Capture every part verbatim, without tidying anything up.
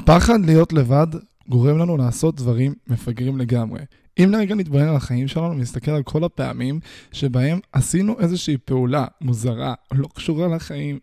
הפחד להיות לבד גורם לנו לעשות דברים מפגרים לגמרי. אם לרגע נתבונן על החיים שלנו ונסתכל על כל הפעמים שבהם עשינו איזושהי פעולה מוזרה, לא קשורה לחיים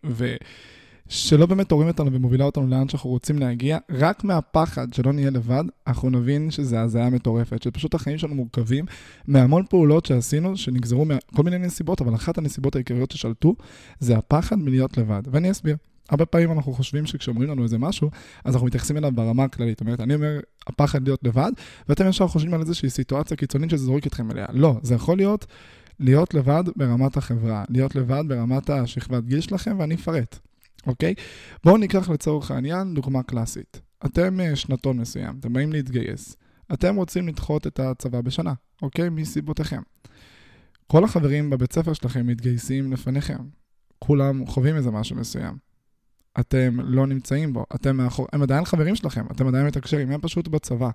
ושלא באמת תורמת אותנו ומובילה אותנו לאן שאנחנו רוצים להגיע, רק מהפחד שלא נהיה לבד, אנחנו נבין שזה הזיה מטורפת, שפשוט החיים שלנו מורכבים מהמון פעולות שעשינו, שנגזרו מכל מיני נסיבות, אבל אחת הנסיבות העיקריות ששלטו זה הפחד מלהיות לבד. ואני אסביר. הרבה פעמים אנחנו חושבים שכשאומרים לנו איזה משהו, אז אנחנו מתייחסים אליו ברמה הכללית. זאת אומרת, אני אומר, הפחד להיות לבד, ואתם ישר חושבים על איזושהי סיטואציה קיצונית שזה זורק אתכם אליה. לא, זה יכול להיות להיות לבד ברמת החברה, להיות לבד ברמת השכבת גיל שלכם, ואני אפרט. אוקיי? בואו ניקח לצורך העניין דוגמה קלאסית. אתם שנתון מסוים, אתם באים להתגייס. אתם רוצים לדחות את הצבא בשנה, אוקיי? מסיבותיכם. כל החברים בבית ספר שלכם מתגייסים לפניכם. כולם חווים איזה משהו מסוים. אתם לא נמצאים בו, אתם מאחור, הם עדיין חברים שלכם, אתם עדיין מתקשרים, הם פשוט בצבא.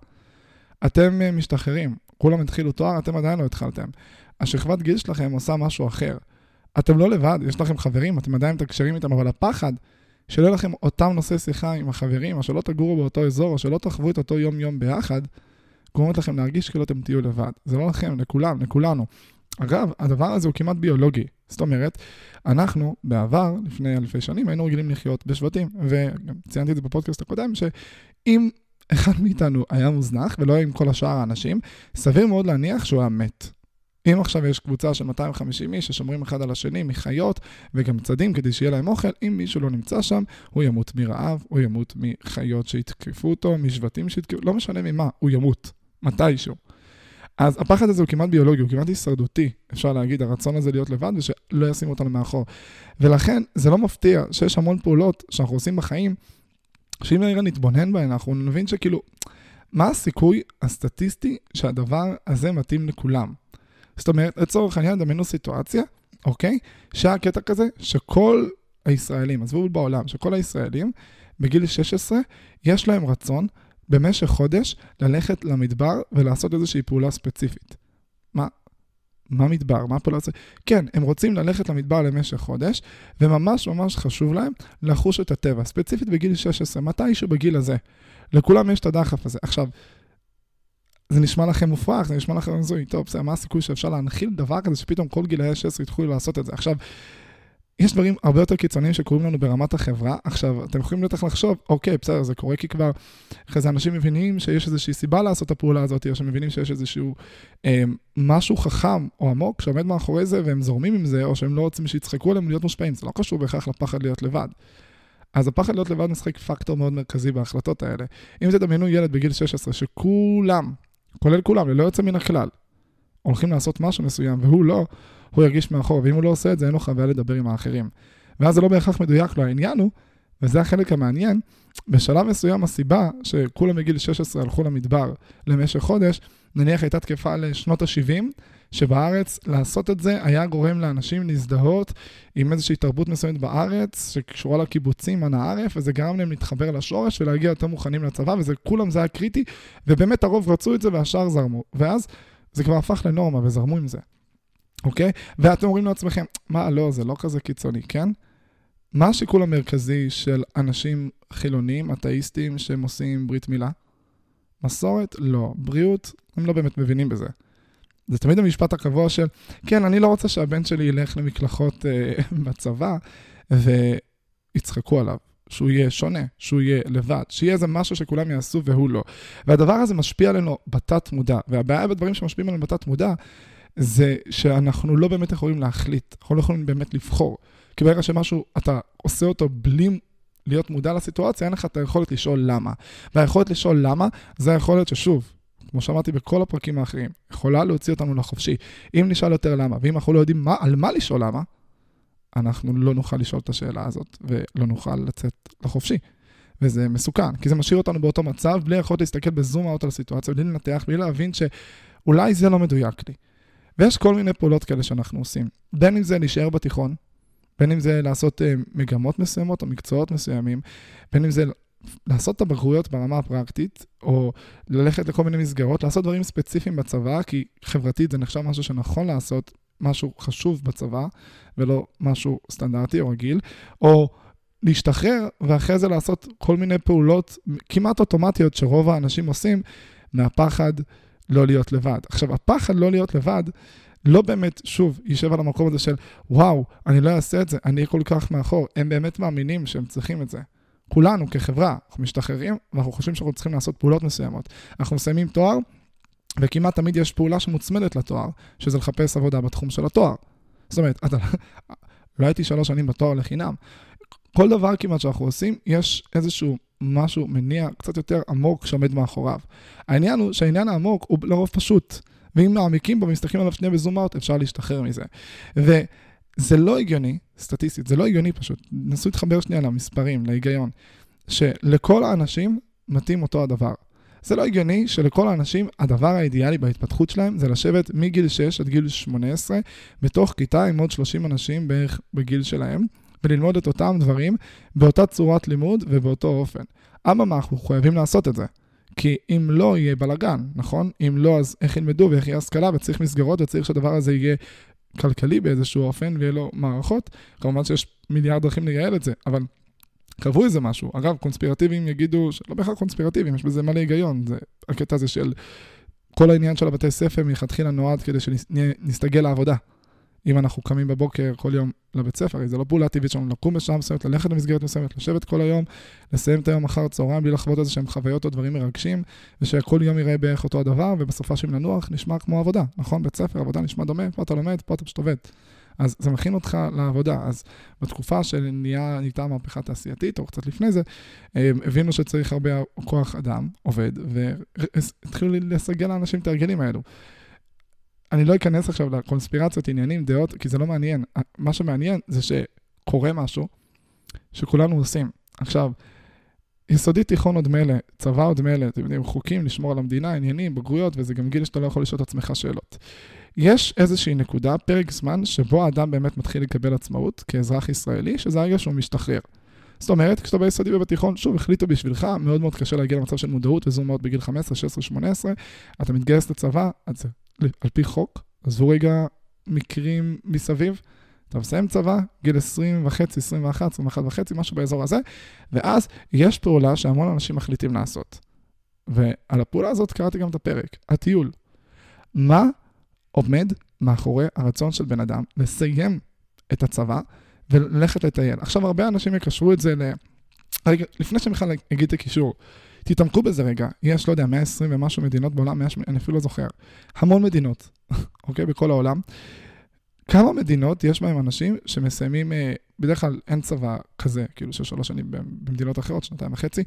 אתם משתחררים, כולם התחילו תואר, אתם עדיין לא התחלתם. השכבת גיל שלכם עושה משהו אחר. אתם לא לבד, יש לכם חברים, אתם עדיין מתקשרים איתם, אבל הפחד שלא לכם אותם נושא שיחה עם החברים, או שלא תגורו באותו אזור, או שלא תחוו את אותו יום יום ביחד, גורמת לכם להרגיש כאילו אתם תהיו לבד. זה לא לכם, לכולם, לכולנו. אגב, הדבר הזה הוא כמעט ביולוגי. זאת אומרת, אנחנו בעבר, לפני אלפי שנים, היינו רגילים לחיות בשבטים, וגם ציינתי את זה בפודקאסט הקודם, שאם אחד מאיתנו היה מוזנח, ולא היה עם כל השאר האנשים, סביר מאוד להניח שהוא היה מת. אם עכשיו יש קבוצה של מאתיים וחמישים איש ששומרים אחד על השני מחיות, וגם צדים כדי שיהיה להם אוכל, אם מישהו לא נמצא שם, הוא ימות מרעב, הוא ימות מחיות שהתקפו אותו, משבטים שהתקפו, לא משנה ממה, הוא ימות, מתישהו. אז הפחד הזה הוא כמעט ביולוגי, הוא כמעט הישרדותי, אפשר להגיד, הרצון הזה להיות לבד ושלא ישימו אותנו מאחור. ולכן זה לא מפתיע שיש המון פעולות שאנחנו עושים בחיים, שאם נראה נתבונן בהן, אנחנו נבין שכאילו, מה הסיכוי הסטטיסטי שהדבר הזה מתאים לכולם? זאת אומרת, לצורך העניין, דמיינו סיטואציה, אוקיי? שהקטע כזה, שכל הישראלים, עזבו בעולם, שכל הישראלים, בגיל שש עשרה, יש להם רצון, במשך חודש, ללכת למדבר ולעשות איזושהי פעולה ספציפית. מה? מה מדבר? מה פעולה ספציפית? כן, הם רוצים ללכת למדבר למשך חודש, וממש ממש חשוב להם לחוש את הטבע, ספציפית בגיל שש עשרה, מתישהו בגיל הזה. לכולם יש את הדחף הזה. עכשיו, זה נשמע לכם מופרך, זה נשמע לכם זוי, טוב, בסדר, מה הסיכוי שאפשר להנחיל דבר כזה שפתאום כל גילאי שש עשרה יתחילו לעשות את זה? עכשיו, יש דברים הרבה יותר קיצוניים שקורים לנו ברמת החברה. עכשיו, אתם יכולים בטח לחשוב, אוקיי, בסדר, זה קורה כי כבר אחרי זה אנשים מבינים שיש איזושהי סיבה לעשות את הפעולה הזאת, או שמבינים שיש איזשהו אה, משהו חכם או עמוק שעומד מאחורי זה, והם זורמים עם זה, או שהם לא רוצים שיצחקו עליהם להיות מושפעים. זה לא קשור בהכרח לפחד להיות לבד. אז הפחד להיות לבד משחק פקטור מאוד מרכזי בהחלטות האלה. אם תדמיינו ילד בגיל שש עשרה, שכולם, כולל כולם, ללא יוצא מן הכלל, הולכים לעשות משהו מסוים, והוא לא, הוא ירגיש מאחור, ואם הוא לא עושה את זה, אין לו חוויה לדבר עם האחרים. ואז זה לא בהכרח מדויק לו, העניין הוא, וזה החלק המעניין, בשלב מסוים הסיבה שכולם מגיל שש עשרה הלכו למדבר למשך חודש, נניח הייתה תקפה לשנות ה-שבעים, שבארץ לעשות את זה היה גורם לאנשים להזדהות עם איזושהי תרבות מסוימת בארץ, שקשורה לקיבוצים, אנא ערף, וזה גרם להם להתחבר לשורש ולהגיע יותר מוכנים לצבא, וזה כולם זה היה קריטי, ובאמת הרוב רצו את זה והשאר זרמו. ואז זה כבר הפך לנורמה וזרמו עם זה. אוקיי? ואתם אומרים לעצמכם, מה, לא, זה לא כזה קיצוני, כן? מה השיקול המרכזי של אנשים חילונים, אתאיסטים, שהם עושים ברית מילה? מסורת? לא. בריאות? הם לא באמת מבינים בזה. זה תמיד המשפט הקבוע של, כן, אני לא רוצה שהבן שלי ילך למקלחות אה, בצבא, ויצחקו עליו, שהוא יהיה שונה, שהוא יהיה לבד, שיהיה איזה משהו שכולם יעשו והוא לא. והדבר הזה משפיע עלינו בתת מודע, והבעיה בדברים שמשפיעים עלינו בתת מודע, זה שאנחנו לא באמת יכולים להחליט, אנחנו לא יכולים באמת לבחור. כי ברגע שמשהו, אתה עושה אותו בלי להיות מודע לסיטואציה, אין לך את היכולת לשאול למה. והיכולת לשאול למה, זה היכולת ששוב, כמו שאמרתי בכל הפרקים האחרים, יכולה להוציא אותנו לחופשי. אם נשאל יותר למה, ואם אנחנו לא יודעים מה, על מה לשאול למה, אנחנו לא נוכל לשאול את השאלה הזאת, ולא נוכל לצאת לחופשי. וזה מסוכן, כי זה משאיר אותנו באותו מצב, בלי יכולת להסתכל בזום אאוט על הסיטואציה, בלי לנתח, בלי להבין שאולי זה לא מדויק לי. ויש כל מיני פעולות כאלה שאנחנו עושים. בין אם זה להישאר בתיכון, בין אם זה לעשות מגמות מסוימות או מקצועות מסוימים, בין אם זה לעשות את הבגרויות ברמה הפרקטית, או ללכת לכל מיני מסגרות, לעשות דברים ספציפיים בצבא, כי חברתית זה נחשב משהו שנכון לעשות, משהו חשוב בצבא, ולא משהו סטנדרטי או רגיל, או להשתחרר, ואחרי זה לעשות כל מיני פעולות כמעט אוטומטיות שרוב האנשים עושים, מהפחד לא להיות לבד. עכשיו, הפחד לא להיות לבד, לא באמת, שוב, יישב על המקום הזה של, וואו, אני לא אעשה את זה, אני כל כך מאחור. הם באמת מאמינים שהם צריכים את זה. כולנו כחברה, אנחנו משתחררים, ואנחנו חושבים שאנחנו צריכים לעשות פעולות מסוימות. אנחנו מסיימים תואר, וכמעט תמיד יש פעולה שמוצמדת לתואר, שזה לחפש עבודה בתחום של התואר. זאת אומרת, אתה, לא הייתי שלוש שנים בתואר לחינם. כל דבר כמעט שאנחנו עושים, יש איזשהו משהו מניע קצת יותר עמוק שעומד מאחוריו. העניין הוא שהעניין העמוק הוא לרוב פשוט, ואם מעמיקים בו ומסתכלים עליו שנייה בזום-אאוט, אפשר להשתחרר מזה. וזה לא הגיוני, סטטיסטית, זה לא הגיוני פשוט. נסו להתחבר שנייה למספרים, להיגיון, שלכל האנשים מתאים אותו הדבר. זה לא הגיוני שלכל האנשים הדבר האידיאלי בהתפתחות שלהם זה לשבת מגיל שש עד גיל שמונה עשרה בתוך כיתה עם עוד שלושים אנשים בערך בגיל שלהם, וללמוד את אותם דברים באותה צורת לימוד ובאותו אופן. אממה, אנחנו חייבים לעשות את זה. כי אם לא יהיה בלגן, נכון? אם לא, אז איך ילמדו ואיך יהיה השכלה, וצריך מסגרות, וצריך שהדבר הזה יהיה כלכלי באיזשהו אופן, ויהיה לו מערכות. כמובן שיש מיליארד דרכים לייעל את זה, אבל קבעו איזה משהו. אגב, קונספירטיביים יגידו, לא בכלל קונספירטיביים, יש בזה מלא היגיון. זה הקטע הזה של כל העניין של הבתי ספר מלכתחילה נועד כדי שנסתגל לעבודה. אם אנחנו קמים בבוקר כל יום לבית ספר, זה לא פעולה טבעית שלנו, לקום בשעה מסוימת, ללכת למסגרת מסוימת, לשבת כל היום, לסיים את היום אחר צהריים, בלי לחוות איזה שהם חוויות או דברים מרגשים, ושכל יום יראה בערך אותו הדבר, ובסופה של לנוח נשמע כמו עבודה, נכון? בית ספר, עבודה נשמע דומה, פה אתה לומד, פה אתה פשוט עובד. אז זה מכין אותך לעבודה. אז בתקופה שנהיה, נהייתה מהפכה תעשייתית, או קצת לפני זה, הבינו שצריך הרבה כוח אדם, עובד, והתחילו לסגל לאנשים את ההרגלים האלו. אני לא אכנס עכשיו לקונספירציות, עניינים, דעות, כי זה לא מעניין. מה שמעניין זה שקורה משהו שכולנו עושים. עכשיו, יסודי תיכון עוד מלא, צבא עוד מלא, אתם יודעים, חוקים לשמור על המדינה, עניינים, בגרויות, וזה גם גיל שאתה לא יכול לשאול את עצמך שאלות. יש איזושהי נקודה, פרק זמן, שבו האדם באמת מתחיל לקבל עצמאות כאזרח ישראלי, שזה הרגע שהוא משתחרר. זאת אומרת, כשאתה ביסודי ובתיכון, שוב, החליטו בשבילך, מאוד מאוד קשה להגיע למצב של מודעות, וזו מאוד בגיל חמש עשרה, שש עשרה, שמונה עשרה, אתה מתגייס לצבא, אז על פי חוק, עזבו רגע מקרים מסביב, אתה מסיים צבא, גיל עשרים וחצי, עשרים ואחת, עשרים ואחת וחצי, משהו באזור הזה, ואז יש פעולה שהמון אנשים מחליטים לעשות. ועל הפעולה הזאת קראתי גם את הפרק, הטיול. מה עומד מאחורי הרצון של בן אדם לסיים את הצבא וללכת לטייל? עכשיו, הרבה אנשים יקשרו את זה ל... רגע, לפני שבכלל אגיד את הקישור, תתעמקו בזה רגע, יש, לא יודע, מאה ועשרים ומשהו מדינות בעולם, אני אפילו לא זוכר, המון מדינות, אוקיי, בכל העולם. כמה מדינות יש בהם אנשים שמסיימים, בדרך כלל אין צבא כזה, כאילו של שלוש שנים במדינות אחרות, שנתיים וחצי,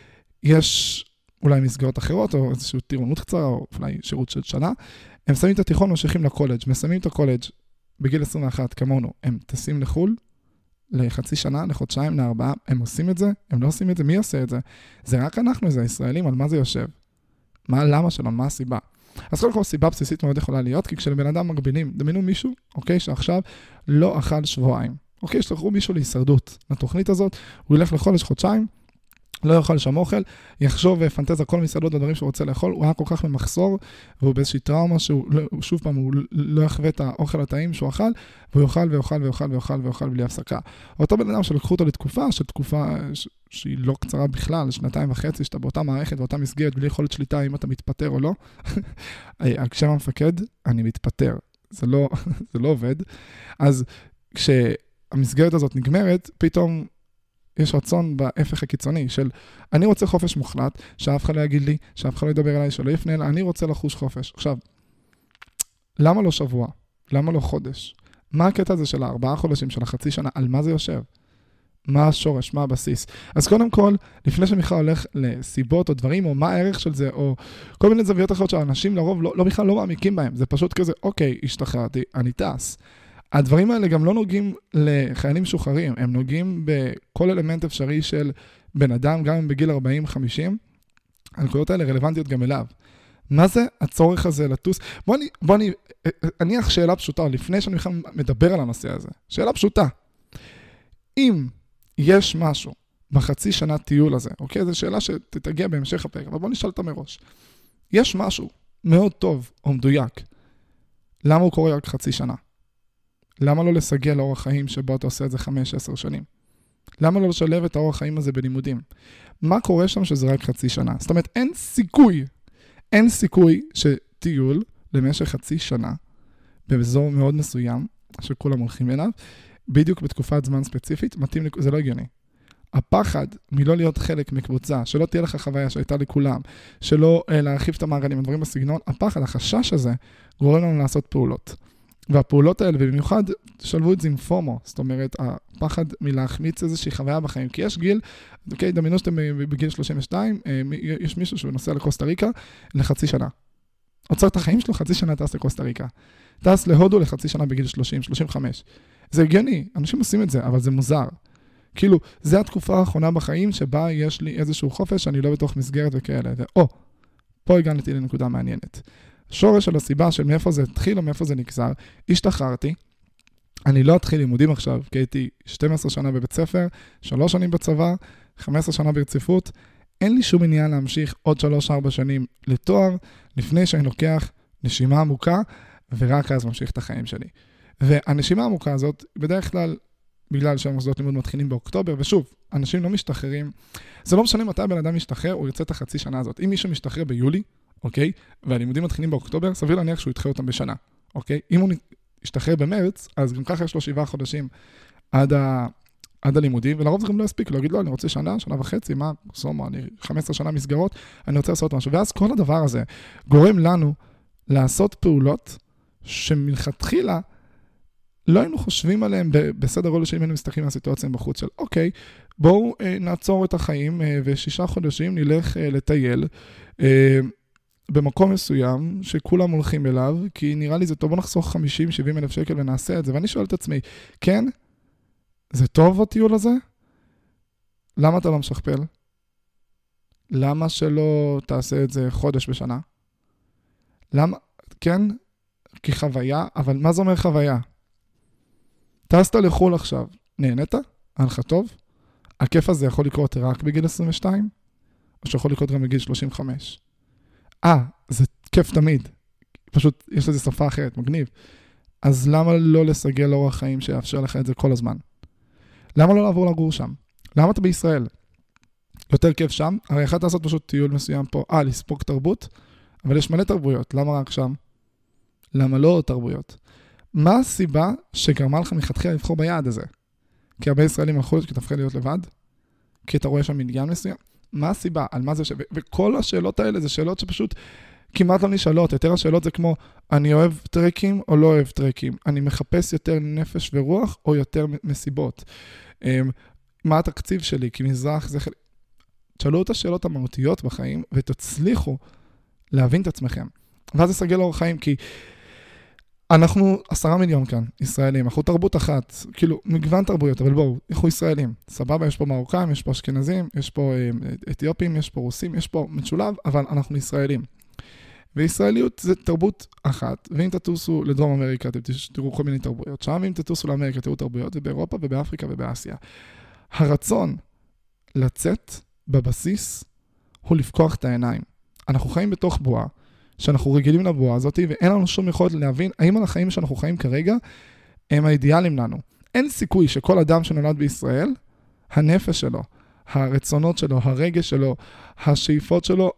יש אולי מסגרות אחרות, או איזושהי טירונות קצרה, או אולי שירות של שנה, הם מסיימים את התיכון, ממשיכים לקולג', מסיימים את הקולג' בגיל עשרים ואחת, כמונו, הם טסים לחול, לחצי שנה, לחודשיים, לארבעה, הם עושים את זה? הם לא עושים את זה? מי עושה את זה? זה רק אנחנו, זה הישראלים, על מה זה יושב? מה למה שלנו? מה הסיבה? אז קודם כל, סיבה בסיסית מאוד יכולה להיות, כי כשלבן אדם מגבילים, דמיינו מישהו, אוקיי, שעכשיו לא אכל שבועיים. אוקיי, שלחו מישהו להישרדות. לתוכנית הזאת, הוא ילך לחודש, חודשיים, לא יאכל שם אוכל, יחשוב ופנטז על כל מסעדות והדברים שהוא רוצה לאכול, הוא היה כל כך ממחסור, והוא באיזושהי טראומה שהוא, שוב פעם, הוא לא יחווה את האוכל הטעים שהוא אכל, והוא יאכל ויאכל ויאכל ויאכל ויאכל בלי הפסקה. אותו בן אדם שלקחו אותו לתקופה, של תקופה שהיא לא קצרה בכלל, שנתיים וחצי, שאתה באותה מערכת, באותה מסגרת, בלי יכולת שליטה אם אתה מתפטר או לא. כשם המפקד, אני מתפטר. זה לא, זה לא עובד. אז כשהמסגרת הזאת נגמרת, פתאום יש רצון בהפך הקיצוני של אני רוצה חופש מוחלט, שאף אחד לא יגיד לי, שאף אחד לא ידבר אליי, שלא יפנה אליי, אני רוצה לחוש חופש. עכשיו, למה לא שבוע? למה לא חודש? מה הקטע הזה של הארבעה חודשים, של החצי שנה? על מה זה יושב? מה השורש? מה הבסיס? אז קודם כל, לפני שמכלל הולך לסיבות או דברים, או מה הערך של זה, או כל מיני זוויות אחרות שהאנשים לרוב לא, לא בכלל לא מעמיקים בהם. זה פשוט כזה, אוקיי, השתחררתי, אני טס. הדברים האלה גם לא נוגעים לחיילים משוחררים, הם נוגעים בכל אלמנט אפשרי של בן אדם, גם בגיל ארבעים חמישים, הנקודות האלה רלוונטיות גם אליו. מה זה הצורך הזה לטוס? בוא אני, בוא אני, אני אך שאלה פשוטה, לפני שאני בכלל מדבר על הנושא הזה. שאלה פשוטה. אם יש משהו בחצי שנה טיול הזה, אוקיי? זו שאלה שתתגיע בהמשך הפרק, אבל בוא נשאל אותה מראש. יש משהו מאוד טוב או מדויק, למה הוא קורה רק חצי שנה? למה לא לסגל לאורח חיים שבו אתה עושה את זה חמש, עשר שנים? למה לא לשלב את האורח חיים הזה בלימודים? מה קורה שם שזה רק חצי שנה? זאת אומרת, אין סיכוי, אין סיכוי שטיול למשך חצי שנה, באזור מאוד מסוים, שכולם הולכים אליו, בדיוק בתקופת זמן ספציפית, מתאים, זה לא הגיוני. הפחד מלא להיות חלק מקבוצה, שלא תהיה לך חוויה שהייתה לכולם, שלא אה, להרחיב את המעגלים, הדברים בסגנון, הפחד, החשש הזה, גורם לנו לעשות פעולות. והפעולות האלה, ובמיוחד, תשלבו את זה עם פומו, זאת אומרת, הפחד מלהחמיץ איזושהי חוויה בחיים, כי יש גיל, אוקיי, דמיינו שאתם בגיל שלושים ושתיים, אה, יש מישהו שנוסע לקוסטה ריקה לחצי שנה. עוצר את החיים שלו, חצי שנה טס לקוסטה ריקה. טס להודו לחצי שנה בגיל שלושים, שלושים וחמש. זה הגיוני, אנשים עושים את זה, אבל זה מוזר. כאילו, זה התקופה האחרונה בחיים שבה יש לי איזשהו חופש, אני לא בתוך מסגרת וכאלה. או, פה הגעתי לנקודה מעניינת. שורש של הסיבה של מאיפה זה התחיל או מאיפה זה נגזר, השתחררתי, אני לא אתחיל לימודים עכשיו, כי הייתי שתים עשרה שנה בבית ספר, שלוש שנים בצבא, חמש עשרה שנה ברציפות, אין לי שום עניין להמשיך עוד שלוש ארבע שנים לתואר, לפני שאני לוקח נשימה עמוקה, ורק אז ממשיך את החיים שלי. והנשימה העמוקה הזאת, בדרך כלל, בגלל שהמוסדות לימוד מתחילים באוקטובר, ושוב, אנשים לא משתחררים, זה לא משנה מתי בן אדם משתחרר, הוא ירצה את החצי שנה הזאת. אם מישהו משתחרר ביולי, אוקיי, והלימודים מתחילים באוקטובר, סביר להניח שהוא ידחה אותם בשנה, אוקיי? אם הוא ישתחרר במרץ, אז גם ככה יש לו שבעה חודשים עד, ה... עד הלימודים, ולרוב זה גם לא יספיק, לא יגיד לו, אני רוצה שנה, שנה וחצי, מה, סומה, אני חמש עשרה שנה מסגרות, אני רוצה לעשות משהו. ואז כל הדבר הזה גורם לנו לעשות פעולות שמלכתחילה לא היינו חושבים עליהם בסדר גודל שאם היינו מסתכלים מהסיטואציה בחוץ של, אוקיי, בואו אה, נעצור את החיים אה, ושישה חודשים נלך אה, לטייל אה, במקום מסוים שכולם הולכים אליו, כי נראה לי זה טוב, בוא נחסוך חמישים שבעים אלף שקל ונעשה את זה. ואני שואל את עצמי, כן? זה טוב הטיול הזה? למה אתה לא משכפל? למה שלא תעשה את זה חודש בשנה? למה? כן? כי חוויה, אבל מה זה אומר חוויה? טסת לחול עכשיו, נהנית? היה לך טוב? הכיף הזה יכול לקרות רק בגיל עשרים ושתיים? או שיכול לקרות גם בגיל שלושים וחמש? אה, זה כיף תמיד. פשוט יש לזה שפה אחרת, מגניב. אז למה לא לסגל אורח חיים שיאפשר לך את זה כל הזמן? למה לא לעבור לגור שם? למה אתה בישראל? יותר כיף שם? הרי יכולת לעשות פשוט טיול מסוים פה, אה, לספוג תרבות, אבל יש מלא תרבויות, למה רק שם? למה לא תרבויות? מה הסיבה שגרמה לך מלכתחילה לבחור ביעד הזה? כי הרבה ישראלים הלכו כי תפחד להיות לבד? כי אתה רואה שם מניין מסוים? מה הסיבה? על מה זה ש... וכל השאלות האלה זה שאלות שפשוט כמעט לא נשאלות. יותר השאלות זה כמו, אני אוהב טרקים או לא אוהב טרקים? אני מחפש יותר נפש ורוח או יותר מסיבות? מה התקציב שלי? כי מזרח זה... תשאלו את השאלות המהותיות בחיים ותצליחו להבין את עצמכם. ואז יסגל אורח חיים, כי אנחנו עשרה מיליון כאן, ישראלים, אנחנו תרבות אחת, כאילו מגוון תרבויות, אבל בואו, אנחנו ישראלים, סבבה, יש פה מרוקאים, יש פה אשכנזים, יש פה אתיופים, יש פה רוסים, יש פה משולב, אבל אנחנו ישראלים. וישראליות זה תרבות אחת, ואם תטוסו לדרום אמריקה, אתם תראו כל מיני תרבויות, שם אם תטוסו לאמריקה, תראו תרבויות, ובאירופה ובאפריקה ובאסיה. הרצון לצאת בבסיס הוא לפקוח את העיניים. אנחנו חיים בתוך בועה, שאנחנו רגילים לבועה הזאת, ואין לנו שום יכולת להבין האם על החיים שאנחנו חיים כרגע הם האידיאלים לנו. אין סיכוי שכל אדם שנולד בישראל, הנפש שלו, הרצונות שלו, הרגש שלו, השאיפות שלו,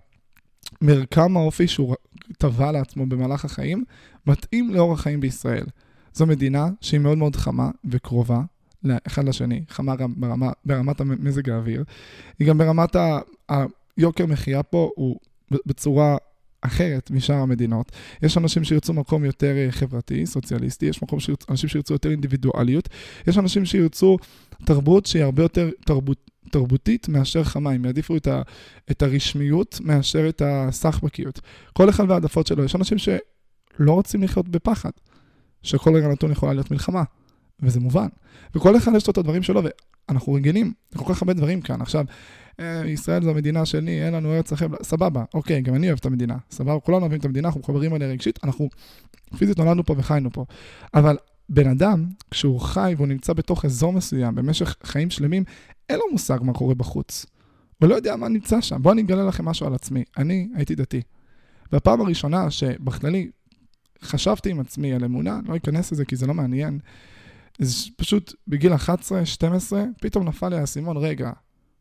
המרקם האופי שהוא טבע לעצמו במהלך החיים, מתאים לאורח החיים בישראל. זו מדינה שהיא מאוד מאוד חמה וקרובה, לאחד לשני, חמה גם ברמה, ברמת מזג האוויר, היא גם ברמת היוקר מחיה פה, הוא בצורה אחרת משאר המדינות. יש אנשים שירצו מקום יותר חברתי, סוציאליסטי, יש מקום שירצו, אנשים שירצו יותר אינדיבידואליות, יש אנשים שירצו תרבות שהיא הרבה יותר תרבות, תרבותית מאשר חמה, הם יעדיפו את, ה, את הרשמיות מאשר את הסחבקיות. כל אחד והעדפות שלו, יש אנשים שלא רוצים לחיות בפחד, שכל רגע נתון יכולה להיות מלחמה, וזה מובן. וכל אחד יש לו את הדברים שלו, ואנחנו רגילים, כל כך הרבה דברים כאן. עכשיו, ישראל זו המדינה שלי, אין לנו ארץ אחר, סבבה, אוקיי, גם אני אוהב את המדינה, סבבה, כולנו אוהבים את המדינה, אנחנו מחברים עליה רגשית, אנחנו פיזית נולדנו פה וחיינו פה. אבל בן אדם, כשהוא חי והוא נמצא בתוך אזור מסוים, במשך חיים שלמים, אין לו מושג מה קורה בחוץ. הוא לא יודע מה נמצא שם. בואו אני אגלה לכם משהו על עצמי. אני הייתי דתי. והפעם הראשונה שבכללי חשבתי עם עצמי על אמונה, לא אכנס לזה כי זה לא מעניין, אז פשוט בגיל אחת עשרה שתים עשרה, פתאום נפל לי האסימון, רגע,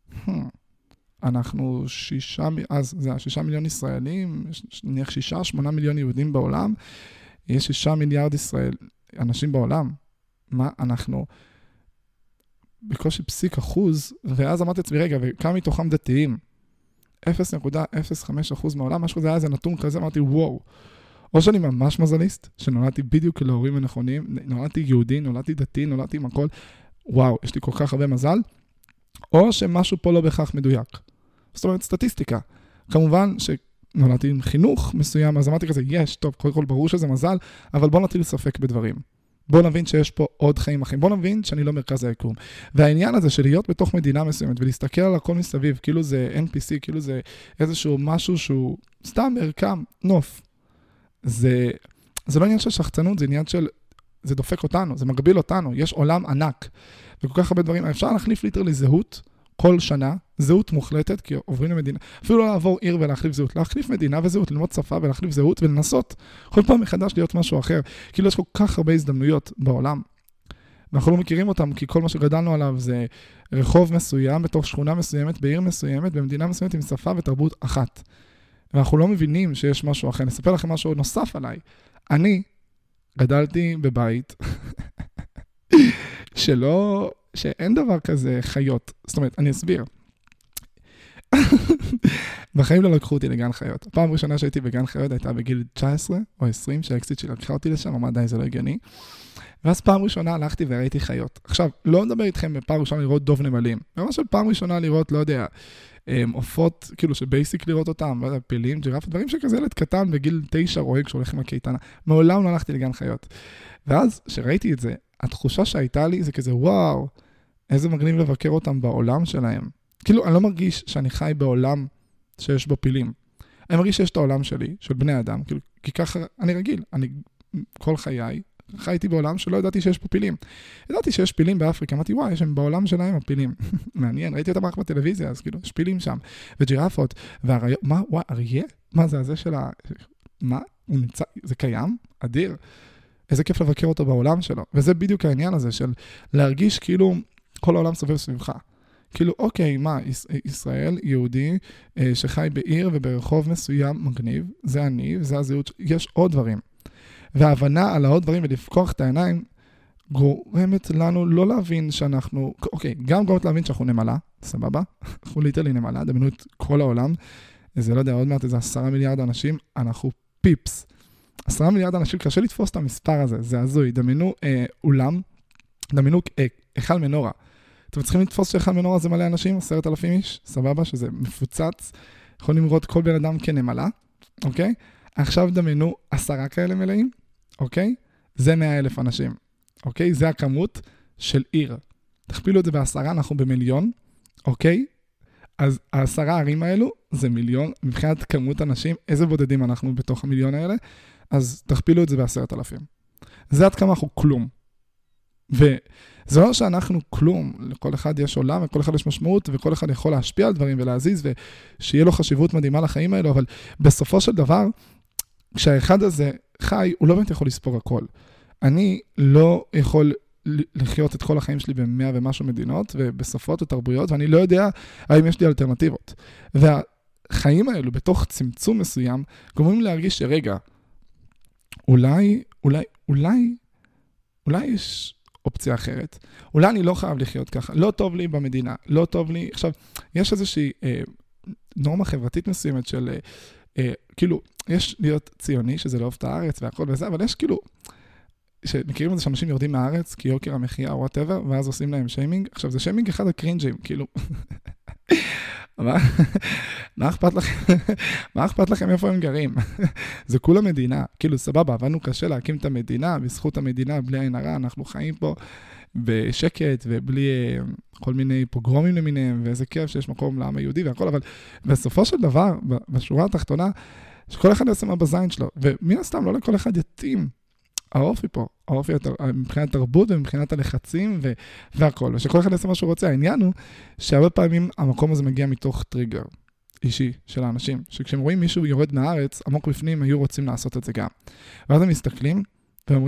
אנחנו שישה, אז זה השישה מיליון ישראלים, נניח שישה, שמונה מיליון יהודים בעולם, יש שישה מיליארד ישראל, אנשים בעולם, מה אנחנו, בקושי פסיק אחוז, ואז אמרתי לעצמי, רגע, וכמה מתוכם דתיים? אפס נקודה אפס חמש אחוז מהעולם, משהו זה היה איזה נתון כזה, אמרתי, וואו, או שאני ממש מזליסט, שנולדתי בדיוק להורים הנכונים, נולדתי יהודי, נולדתי דתי, נולדתי עם הכל, וואו, יש לי כל כך הרבה מזל, או שמשהו פה לא בהכרח מדויק. זאת אומרת, סטטיסטיקה. כמובן שנולדתי עם חינוך מסוים, אז אמרתי כזה, יש, טוב, קודם כל ברור שזה מזל, אבל בוא נטיל ספק בדברים. בוא נבין שיש פה עוד חיים אחרים. בוא נבין שאני לא מרכז היקום. והעניין הזה של להיות בתוך מדינה מסוימת, ולהסתכל על הכל מסביב, כאילו זה אן פי סי, כאילו זה איזשהו משהו שהוא סתם מרקם, נוף. זה, זה לא עניין של שחצנות, זה עניין של, זה דופק אותנו, זה מגביל אותנו, יש עולם ענק. וכל כך הרבה דברים, אפשר להחליף ליטרלי זהות כל שנה, זהות מוחלטת, כי עוברים למדינה, אפילו לא לעבור עיר ולהחליף זהות, להחליף מדינה וזהות, ללמוד שפה ולהחליף זהות ולנסות כל פעם מחדש להיות משהו אחר. כאילו יש כל כך הרבה הזדמנויות בעולם. ואנחנו לא מכירים אותם, כי כל מה שגדלנו עליו זה רחוב מסוים, בתוך שכונה מסוימת, בעיר מסוימת, במדינה מסוימת עם שפה ותרבות אחת. ואנחנו לא מבינים שיש משהו אחר. נספר לכם משהו נוסף עליי. אני גדלתי בבית שלא, שאין דבר כזה חיות. זאת אומרת, אני אסביר. בחיים לא לקחו אותי לגן חיות. הפעם הראשונה שהייתי בגן חיות הייתה בגיל תשע עשרה או עשרים, שהאקסיט שלי לקחה אותי לשם, אמרה די, זה לא הגיוני. ואז פעם ראשונה הלכתי וראיתי חיות. עכשיו, לא מדבר איתכם בפעם ראשונה לראות דוב נמלים. ממש פעם ראשונה לראות, לא יודע, עופות, כאילו שבייסיק לראות אותם, לא יודע, פילים, ג'ירפות, דברים שכזה ילד קטן בגיל תשע רואה כשהולך עם הקייטנה. מעולם לא הלכתי לגן חיות. ואז, שראיתי את זה, התחושה שהייתה לי זה כזה, וואו, איזה מגניב לבקר אותם בעולם שלהם. כאילו, אני לא מרגיש שאני חי בעולם שיש בו פילים. אני מרגיש שיש את העולם שלי, של בני אדם, כאילו, כי ככה אני רגיל. אני, כל חיי, חייתי בעולם שלא ידעתי שיש פה פילים. ידעתי שיש פילים באפריקה, אמרתי, וואי, יש הם בעולם שלהם הפילים. מעניין, ראיתי אותם רק בטלוויזיה, אז כאילו, יש פילים שם, וג'ירפות, והאריות, מה, וואי, אריה? מה זה, הזה של ה... מה? הוא נמצא, זה קיים? אדיר. איזה כיף לבקר אותו בעולם שלו. וזה בדיוק העניין הזה של להרגיש כאילו כל העולם סובב סביבך. כאילו, אוקיי, מה, ישראל, יהודי, שחי בעיר וברחוב מסוים מגניב, זה אני, וזה הזהות, יש עוד דברים. וההבנה על העוד דברים ולפקוח את העיניים, גורמת לנו לא להבין שאנחנו, אוקיי, גם גורמת להבין שאנחנו נמלה, סבבה? אנחנו ליטרלי נמלה, דמיינו את כל העולם, זה לא יודע, עוד מעט איזה עשרה מיליארד אנשים, אנחנו פיפס. עשרה מיליארד אנשים, קשה לתפוס את המספר הזה, זה הזוי, דמיינו אה, אולם, דמיינו אה, אחד מנורה. אתם צריכים לתפוס שאחד מנורה זה מלא אנשים, עשרת אלפים איש, סבבה, שזה מפוצץ, יכולים לראות כל בן אדם כנמלה, אוקיי? עכשיו דמיינו עשרה כאלה מלאים, אוקיי? זה מאה אלף אנשים, אוקיי? זה הכמות של עיר. תכפילו את זה בעשרה, אנחנו במיליון, אוקיי? אז העשרה הערים האלו זה מיליון, מבחינת כמות אנשים, איזה בודדים אנחנו בתוך המיליון האלה, אז תכפילו את זה בעשרת אלפים. זה עד כמה אנחנו כלום. וזה לא שאנחנו כלום, לכל אחד יש עולם, וכל אחד יש משמעות, וכל אחד יכול להשפיע על דברים ולהזיז, ושיהיה לו חשיבות מדהימה לחיים האלו, אבל בסופו של דבר, כשהאחד הזה חי, הוא לא באמת יכול לספור הכל. אני לא יכול לחיות את כל החיים שלי במאה ומשהו מדינות, ובשפות ותרבויות, ואני לא יודע האם יש לי אלטרנטיבות. והחיים האלו, בתוך צמצום מסוים, גורמים להרגיש שרגע, אולי, אולי, אולי, אולי יש אופציה אחרת. אולי אני לא חייב לחיות ככה. לא טוב לי במדינה, לא טוב לי. עכשיו, יש איזושהי אה, נורמה חברתית מסוימת של, אה, אה, כאילו, יש להיות ציוני, שזה לא אוהב את הארץ והכל וזה, אבל יש כאילו, שמכירים את זה שאנשים יורדים מהארץ, כי יוקר המחיה או whatever, ואז עושים להם שיימינג. עכשיו, זה שיימינג אחד הקרינג'ים, כאילו. מה? מה אכפת לכם? מה אכפת לכם איפה הם גרים? זה כולה מדינה. כאילו, סבבה, עבדנו קשה להקים את המדינה, בזכות המדינה, בלי עין הרע, אנחנו חיים פה בשקט, ובלי כל מיני פוגרומים למיניהם, ואיזה כיף שיש מקום לעם היהודי והכל, אבל בסופו של דבר, בשורה התחתונה, שכל אחד יעשה מה בזין שלו, ומן הסתם לא לכל אחד יתאים האופי פה, האופי מבחינת תרבות ומבחינת הלחצים ו- והכל, ושכל אחד יעשה מה שהוא רוצה. העניין הוא שהרבה פעמים המקום הזה מגיע מתוך טריגר אישי של האנשים, שכשהם רואים מישהו יורד מהארץ, עמוק בפנים היו רוצים לעשות את זה גם. ואז הם מסתכלים ואומרים,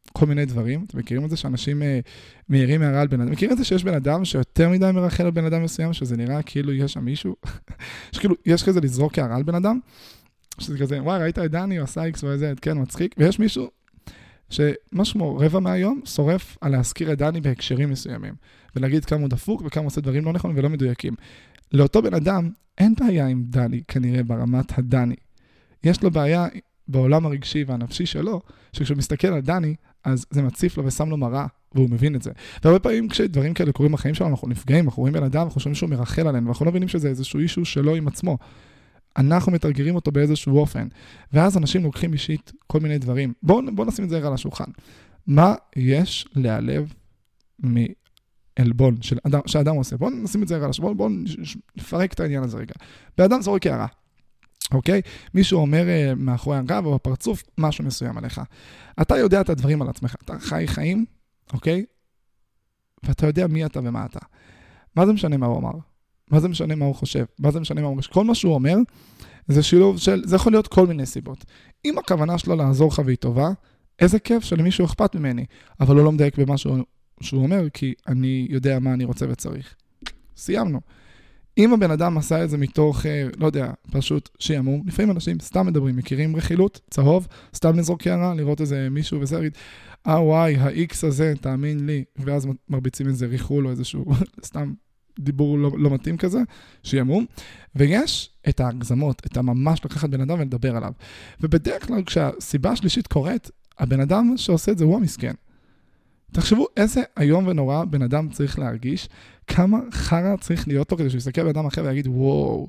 כל מיני דברים. אתם מכירים את זה שאנשים אה, מהירים הערה על בן אדם? מכירים את זה שיש בן אדם שיותר מדי מרחל על בן אדם מסוים, שזה נראה כאילו יש שם מישהו, שכאילו יש כזה לזרוק הערה על בן אדם, שזה כזה, וואי, ראית את דני, הוא עשה איקס ואיזה, כן, מצחיק, ויש מישהו שמשהו כמו רבע מהיום שורף על להזכיר את דני בהקשרים מסוימים, ולהגיד כמה הוא דפוק וכמה עושה דברים לא נכונים ולא מדויקים. לאותו בן אדם אין בעיה עם דני, כנראה ברמת הדני. יש לו בעיה בעולם הרגשי והנפשי שלו, שכשהוא מסתכל על דני, אז זה מציף לו ושם לו מראה, והוא מבין את זה. והרבה פעמים כשדברים כאלה קורים בחיים שלנו, אנחנו נפגעים, אנחנו רואים בן אדם, אנחנו חושבים שהוא מרחל עלינו, ואנחנו לא מבינים שזה איזשהו אישו שלו עם עצמו. אנחנו מתרגרים אותו באיזשהו אופן. ואז אנשים לוקחים אישית כל מיני דברים. בואו בוא נשים את זה על השולחן. מה יש להיעלב מעלבון של אדם, שאדם עושה? בואו נשים את זה על השולחן. בואו בוא נפרק את העניין הזה רגע. באדם זורק הערה. אוקיי? מישהו אומר uh, מאחורי הגב או בפרצוף משהו מסוים עליך. אתה יודע את הדברים על עצמך. אתה חי חיים, אוקיי? ואתה יודע מי אתה ומה אתה. מה זה משנה מה הוא אמר? מה זה משנה מה הוא חושב? מה זה משנה מה הוא חושב? כל מה שהוא אומר, זה שילוב של, זה יכול להיות כל מיני סיבות. אם הכוונה שלו לעזור לך והיא טובה, איזה כיף שלמישהו אכפת ממני, אבל הוא לא מדייק במה שהוא, שהוא אומר, כי אני יודע מה אני רוצה וצריך. סיימנו. אם הבן אדם עשה את זה מתוך, לא יודע, פשוט שיאמום, לפעמים אנשים סתם מדברים, מכירים רכילות, צהוב, סתם לזרוק הערה, לראות איזה מישהו וזה, להגיד, אה וואי, ה-X הזה, תאמין לי, ואז מרביצים איזה ריחול או איזשהו, סתם דיבור לא, לא מתאים כזה, שיאמום, ויש את ההגזמות, את הממש לקחת בן אדם ולדבר עליו. ובדרך כלל כשהסיבה השלישית קורית, הבן אדם שעושה את זה הוא המסכן. תחשבו איזה היום ונורא בן אדם צריך להרגיש, כמה חרה צריך להיות לו כדי שהוא יסתכל בן אדם אחר ויגיד, וואו,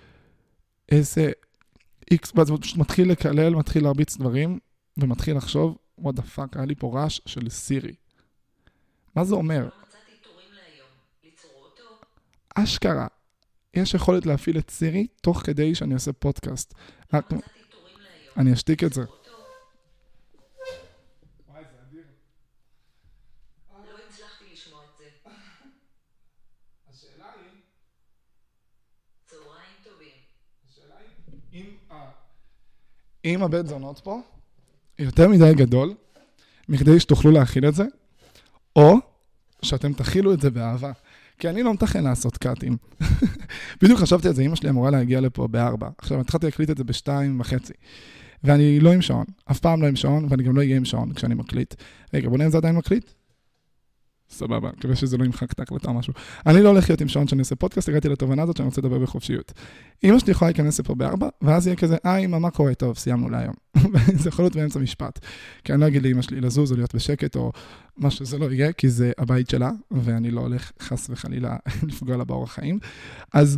איזה איקס, ואז הוא פשוט מתחיל לקלל, מתחיל להרביץ דברים, ומתחיל לחשוב, what the fuck, היה לי פה רעש של סירי. מה זה אומר? אשכרה, יש יכולת להפעיל את סירי תוך כדי שאני עושה פודקאסט. אני אשתיק את זה. אם הבית זונות פה יותר מדי גדול, מכדי שתוכלו להכיל את זה, או שאתם תכילו את זה באהבה. כי אני לא מתכן לעשות קאטים. בדיוק חשבתי את זה, אמא שלי אמורה להגיע לפה בארבע. עכשיו, התחלתי להקליט את זה בשתיים וחצי. ואני לא עם שעון, אף פעם לא עם שעון, ואני גם לא אהיה עם שעון כשאני מקליט. רגע, בוא נראה אם זה עדיין מקליט? סבבה, כדי שזה לא ימחק את ההקלטה או משהו. אני לא הולך להיות עם שעון שאני עושה פודקאסט, הגעתי לתובנה הזאת שאני רוצה לדבר בחופשיות. אמא שלי יכולה להיכנס לפה בארבע, ואז יהיה כזה, אה, אמא, מה קורה? טוב, סיימנו להיום. זה יכול להיות באמצע משפט. כי אני לא אגיד לאמא שלי לזוז או להיות בשקט, או מה שזה לא יהיה, כי זה הבית שלה, ואני לא הולך חס וחלילה לפגוע לה באורח חיים. אז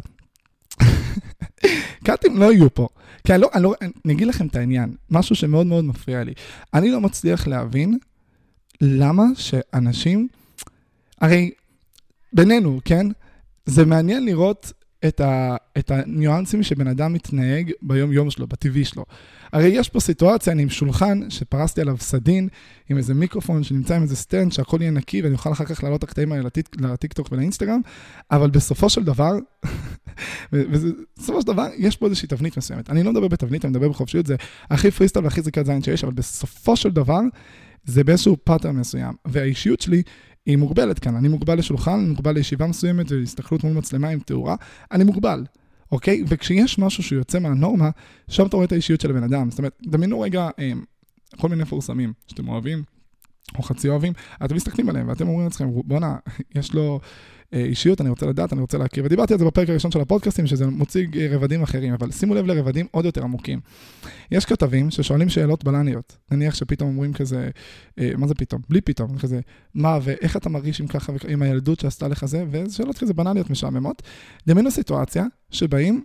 קאטים לא יהיו פה. כי אני לא, אני לא, אני אגיד לכם את העניין, משהו שמאוד מאוד מפריע לי. אני לא מצליח להבין למה שאנשים הרי בינינו, כן? זה מעניין לראות את, ה, את הניואנסים שבן אדם מתנהג ביום יום שלו, בטבעי שלו. הרי יש פה סיטואציה, אני עם שולחן שפרסתי עליו סדין, עם איזה מיקרופון שנמצא עם איזה סטנד, שהכל יהיה נקי, ואני אוכל אחר כך לעלות את הקטעים האלה לטיק-טוק ולאינסטגרם, אבל בסופו של דבר, בסופו של דבר, יש פה איזושהי תבנית מסוימת. אני לא מדבר בתבנית, אני מדבר בחופשיות, זה הכי פריסטייל והכי זריקת זין שיש, אבל בסופו של דבר, זה באיזשהו פאטרן מסוים. והאישיות שלי היא מוגבלת כאן. אני מוגבל לשולחן, אני מוגבל לישיבה מסוימת ולהסתכלות מול מצלמה עם תאורה. אני מוגבל, אוקיי? וכשיש משהו שיוצא מהנורמה, שם אתה רואה את האישיות של הבן אדם. זאת אומרת, דמיינו רגע כל מיני מפורסמים שאתם אוהבים, או חצי אוהבים, אתם מסתכלים עליהם ואתם אומרים לעצמכם, בוא'נה, יש לו אישיות, אני רוצה לדעת, אני רוצה להכיר. ודיברתי על זה בפרק הראשון של הפודקאסטים, שזה מוציג רבדים אחרים, אבל שימו לב לרבדים עוד יותר עמוקים. יש כתבים ששואלים שאלות בלניות. נניח שפתאום אומרים כזה, מה זה פתאום? בלי פתאום, כזה, מה ואיך אתה מרגיש עם ככה, עם הילדות שעשתה לך זה, וזה שאלות כזה בנאליות משעממות. דמיינו סיטואציה שבאים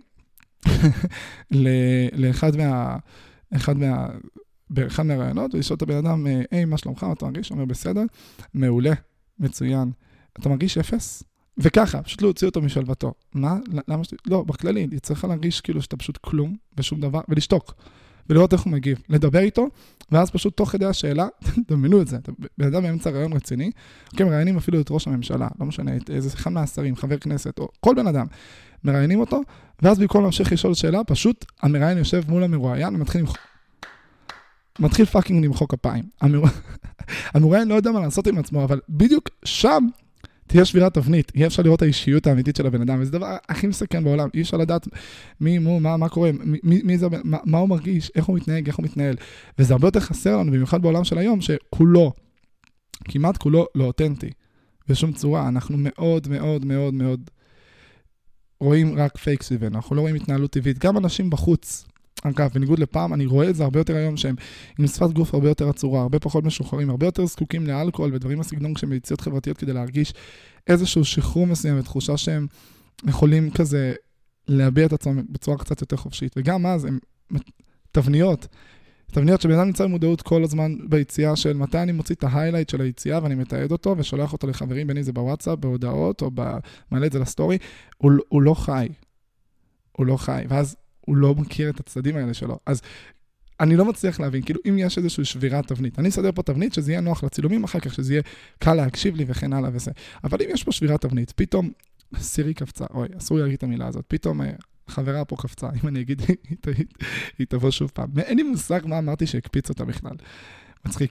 לאחד מה, אחד מה, באחד מהרעיונות, ולשאול את הבן אדם, היי, מה שלומך? אתה מרגיש? אומר, בסדר, מעולה, מצוין. אתה מרגיש אפס? וככה, פשוט להוציא אותו משלוותו. מה? למה ש... לא, בכללי, היא צריכה להרגיש כאילו שאתה פשוט כלום ושום דבר, ולשתוק, ולראות איך הוא מגיב. לדבר איתו, ואז פשוט תוך כדי השאלה, דמיינו את זה. בן אדם באמצע רעיון רציני, אוקיי, מראיינים אפילו את ראש הממשלה, לא משנה, את איזה אחד מהשרים, חבר כנסת, או כל בן אדם, מראיינים אותו, ואז במקום להמשיך לשאול שאלה, פשוט המראיין יושב מול המרואיין, ומתחיל למחוק. מתחיל פאקינג למחוא כפיים. המוראיין לא יודע מה לעשות עם עצמו, אבל בדיוק שם תהיה שבירת תבנית, אי אפשר לראות האישיות האמיתית של הבן אדם, וזה דבר הכי מסכן בעולם, אי אפשר לדעת מי, מו, מה, מה קורה, מי, מי זה, מה, מה הוא מרגיש, איך הוא מתנהג, איך הוא מתנהל, וזה הרבה יותר חסר לנו, במיוחד בעולם של היום, שכולו, כמעט כולו לא אותנטי, בשום צורה, אנחנו מאוד מאוד מאוד מאוד רואים רק פייק סביבנו, אנחנו לא רואים התנהלות טבעית, גם אנשים בחוץ, אגב, בניגוד לפעם, אני רואה את זה הרבה יותר היום שהם עם שפת גוף הרבה יותר עצורה, הרבה פחות משוחררים, הרבה יותר זקוקים לאלכוהול ודברים בסגנון כשהם ביציאות חברתיות כדי להרגיש איזשהו שחרור מסוים ותחושה שהם יכולים כזה להביע את עצמם בצורה קצת יותר חופשית. וגם אז הם תבניות, תבניות שבן אדם נמצא במודעות כל הזמן ביציאה של מתי אני מוציא את ההיילייט של היציאה ואני מתעד אותו ושולח אותו לחברים, בין אם זה בוואטסאפ, בהודעות או מעלה את זה לסטורי, הוא, הוא לא חי. הוא לא חי. ואז הוא לא מכיר את הצדדים האלה שלו. אז אני לא מצליח להבין, כאילו אם יש איזושהי שבירת תבנית, אני אסדר פה תבנית שזה יהיה נוח לצילומים אחר כך, שזה יהיה קל להקשיב לי וכן הלאה וזה. אבל אם יש פה שבירת תבנית, פתאום סירי קפצה, אוי, אסור להגיד את המילה הזאת, פתאום חברה פה קפצה, אם אני אגיד, היא תבוא שוב פעם. אין לי מושג מה אמרתי שהקפיץ אותה בכלל. מצחיק.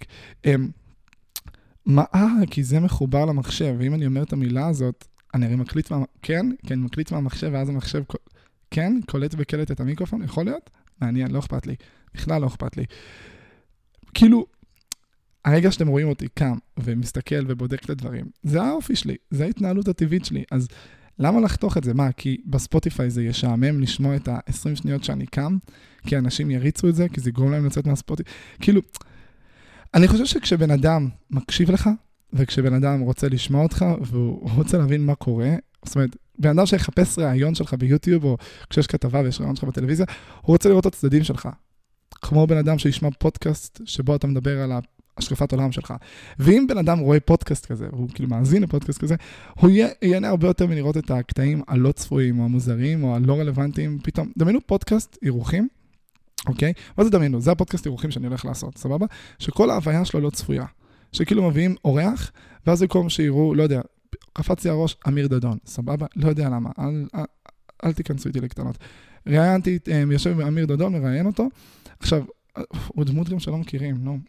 מה, אה, כי זה מחובר למחשב, ואם אני אומר את המילה הזאת, אני הרי מקליט מה, כן, כן, מקליט מהמחשב, ואז המחשב כן, קולט וקלט את המיקרופון, יכול להיות? מעניין, לא אכפת לי. בכלל לא אכפת לי. כאילו, הרגע שאתם רואים אותי קם ומסתכל ובודק את הדברים, זה האופי שלי, זה ההתנהלות הטבעית שלי. אז למה לחתוך את זה? מה? כי בספוטיפיי זה ישעמם לשמוע את ה-עשרים שניות שאני קם, כי אנשים יריצו את זה, כי זה יגרום להם לצאת מהספוטיפיי. כאילו, אני חושב שכשבן אדם מקשיב לך, וכשבן אדם רוצה לשמוע אותך, והוא רוצה להבין מה קורה, זאת אומרת, בן אדם שיחפש רעיון שלך ביוטיוב, או כשיש כתבה ויש רעיון שלך בטלוויזיה, הוא רוצה לראות את הצדדים שלך. כמו בן אדם שישמע פודקאסט, שבו אתה מדבר על השקפת עולם שלך. ואם בן אדם רואה פודקאסט כזה, הוא כאילו מאזין לפודקאסט כזה, הוא ייהנה הרבה יותר מלראות את הקטעים הלא צפויים, או המוזרים, או הלא רלוונטיים. פתאום, דמיינו פודקאסט אירוחים, אוקיי? מה זה דמיינו? זה הפודקאסט אירוחים שאני הולך לעשות, סבבה? שכל ההוויה שלו לא צפויה. שכאילו מביאים אורח, ואז במקום שיראו, לא יודע, קפץ לי הראש, אמיר דדון, סבבה? לא יודע למה, אל, אל, אל תיכנסו איתי לקטנות. ראיינתי, יושב עם אמיר דדון, מראיין אותו. עכשיו, הוא דמות גם שלא מכירים, נו.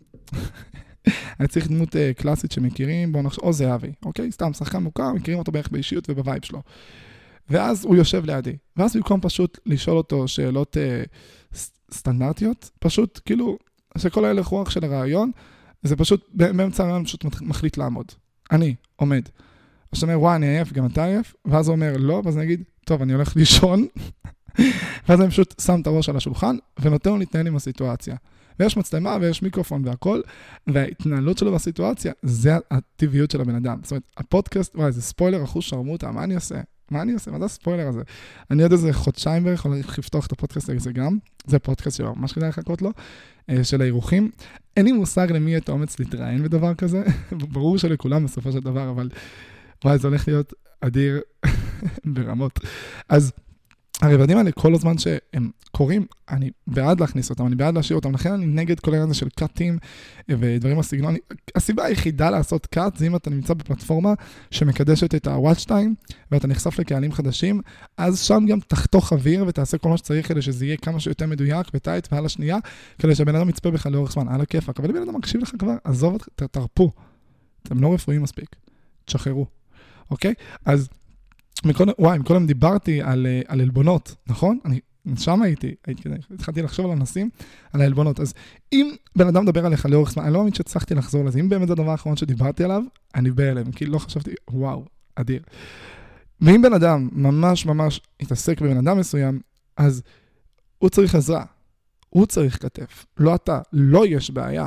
אני צריך דמות uh, קלאסית שמכירים, בואו נחשוב, או זהבי, אוקיי? סתם, שחקן מוכר, מכירים אותו בערך באישיות ובווייב שלו. ואז הוא יושב לידי. ואז במקום פשוט לשאול אותו שאלות uh, סטנדרטיות, פשוט כאילו, שכל ההלך רוח של הרעיון, זה פשוט, באמצע הרעיון פשוט מחליט לעמוד. אני עומד. אז אני אומר, וואי, אני עייף, גם אתה עייף? ואז הוא אומר, לא, ואז אני אגיד, טוב, אני הולך לישון. ואז אני פשוט שם את הראש על השולחן, ונותן לו להתנהל עם הסיטואציה. ויש מצלמה, ויש מיקרופון והכל, וההתנהלות שלו בסיטואציה, זה הטבעיות של הבן אדם. זאת אומרת, הפודקאסט, וואי, זה ספוילר, אחוז שרמוטה, מה אני אעשה? מה אני אעשה? מה זה הספוילר הזה? אני עוד איזה חודשיים בערך, הולך לפתוח את הפודקאסט הזה גם. זה פודקאסט שלו, ממש כדאי לחכות לו, של האירוחים. אין לי מושג למי את האומץ להתראיין בדבר כזה. ברור שלכולם בסופו של דבר, אבל וואי, זה הולך להיות אדיר ברמות. אז הרבדים האלה כל הזמן שהם קוראים, אני בעד להכניס אותם, אני בעד להשאיר אותם, לכן אני נגד כל העניין הזה של קאטים ודברים בסגנון. הסיבה היחידה לעשות קאט זה אם אתה נמצא בפלטפורמה שמקדשת את ה-Watch Time, ואתה נחשף לקהלים חדשים, אז שם גם תחתוך אוויר ותעשה כל מה שצריך כדי שזה יהיה כמה שיותר מדויק וטייט ועל השנייה, כדי שהבן אדם יצפה בך לאורך זמן, על הכיפק. אבל אם בן אדם מקשיב לך כבר, עזוב, תרפו. אתם לא רפואיים מספיק. תשחררו. אוקיי? אז מקודם, וואי, מקודם דיברתי על, על אלבונות, נכון? אני שם הייתי, הייתי כדי, התחלתי לחשוב על אנסים, על האלבונות. אז אם בן אדם מדבר עליך לאורך זמן, אני לא מאמין שהצלחתי לחזור לזה. אם באמת זה הדבר האחרון שדיברתי עליו, אני בהלם, כי לא חשבתי, וואו, אדיר. ואם בן אדם ממש ממש יתעסק בבן אדם מסוים, אז הוא צריך עזרה. הוא צריך כתף. לא אתה, לא יש בעיה.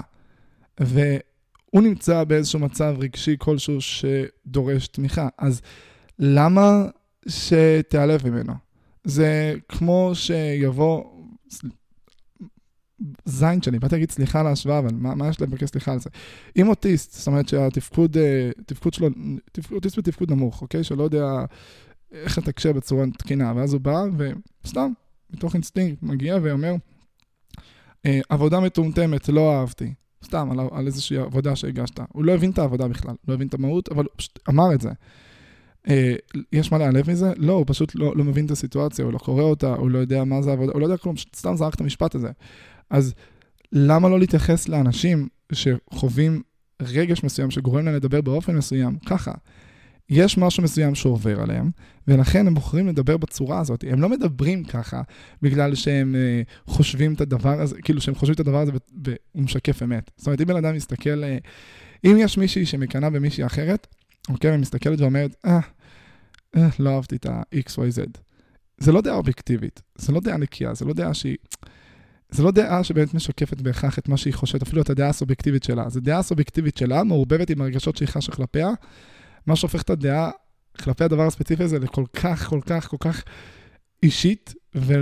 והוא נמצא באיזשהו מצב רגשי כלשהו שדורש תמיכה. אז למה שתיעלב ממנו? זה כמו שיבוא זין שלי, באתי להגיד סליחה על ההשוואה, אבל מה, מה יש לבקש סליחה על זה? אם אוטיסט, זאת אומרת שהתפקוד, תפקוד שלו, אוטיסט בתפקוד נמוך, אוקיי? שלא יודע איך לתקשר בצורה תקינה, ואז הוא בא וסתם, מתוך אינסטינקט, מגיע ואומר, עבודה מטומטמת, לא אהבתי. סתם, על, על איזושהי עבודה שהגשת. הוא לא הבין את העבודה בכלל, לא הבין את המהות, אבל הוא פשוט אמר את זה. יש מה להעלב מזה? לא, הוא פשוט לא, לא מבין את הסיטואציה, הוא לא קורא אותה, הוא לא יודע מה זה עבודה, הוא לא יודע כלום, סתם זרק את המשפט הזה. אז למה לא להתייחס לאנשים שחווים רגש מסוים שגורם להם לדבר באופן מסוים, ככה. יש משהו מסוים שעובר עליהם, ולכן הם בוחרים לדבר בצורה הזאת. הם לא מדברים ככה, בגלל שהם אה, חושבים את הדבר הזה, כאילו שהם חושבים את הדבר הזה והוא משקף אמת. זאת אומרת, אם בן אדם מסתכל, אה, אם יש מישהי שמקנה במישהי אחרת, אוקיי, ומסתכלת ואומרת, אה, אה, לא אהבתי את ה-X Y Z. זה לא דעה אובייקטיבית, זה לא דעה נקייה, זה לא דעה שהיא, זה לא דעה שבאמת משקפת בהכרח את מה שהיא חושבת, אפילו את הדעה הסובייקטיבית שלה. זה דעה הסובייקטיבית שלה, מעורבבת עם הרגשות שהיא חשה כלפיה, מה שהופך את הדעה כלפי הדבר הספציפי הזה לכל כך, כל כך, כל כך אישית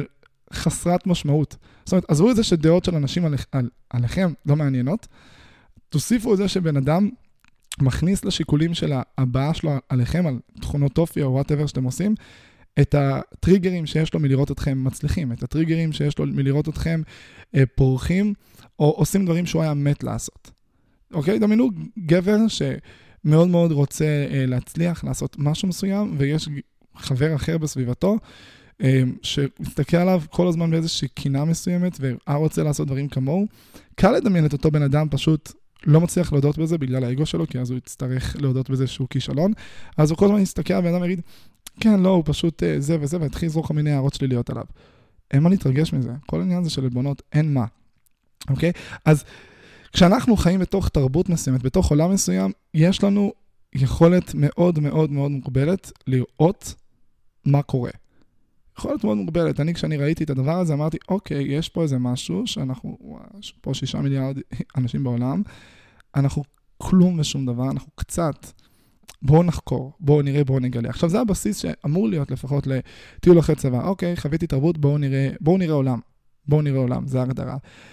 וחסרת משמעות. זאת אומרת, עזבו את זה שדעות של אנשים על, על, עליכם לא מעניינות, תוסיפו את זה שבן אדם מכניס לשיקולים של הבאה שלו עליכם, על תכונות אופי או whatever שאתם עושים, את הטריגרים שיש לו מלראות אתכם מצליחים, את הטריגרים שיש לו מלראות אתכם אה, פורחים, או עושים דברים שהוא היה מת לעשות. אוקיי? דמיינו גבר שמאוד מאוד רוצה אה, להצליח, לעשות משהו מסוים, ויש חבר אחר בסביבתו, אה, שמסתכל עליו כל הזמן באיזושהי קינה מסוימת, ורוצה לעשות דברים כמוהו. קל לדמיין את אותו בן אדם פשוט לא מצליח להודות בזה בגלל האגו שלו, כי אז הוא יצטרך להודות בזה שהוא כישלון. אז הוא כל הזמן יסתכל על בן אדם ויגיד, כן, לא, הוא פשוט זה וזה, והתחיל לזרוק כל מיני הערות שליליות עליו. אין מה להתרגש מזה. כל העניין הזה של עלבונות, אין מה. אוקיי? אז כשאנחנו חיים בתוך תרבות מסוימת, בתוך עולם מסוים, יש לנו יכולת מאוד מאוד מאוד מוגבלת לראות מה קורה. יכולת מאוד מוגבלת. אני, כשאני ראיתי את הדבר הזה, אמרתי, אוקיי, יש פה איזה משהו שאנחנו, יש פה שישה מיליארד אנשים בעולם, אנחנו כלום ושום דבר, אנחנו קצת, בואו נחקור, בואו נראה, בואו נגלה. עכשיו, זה הבסיס שאמור להיות לפחות לטיול אחרי צבא. אוקיי, חוויתי תרבות, בואו נראה, בואו נראה עולם. בואו נראה עולם, זה ההגדרה.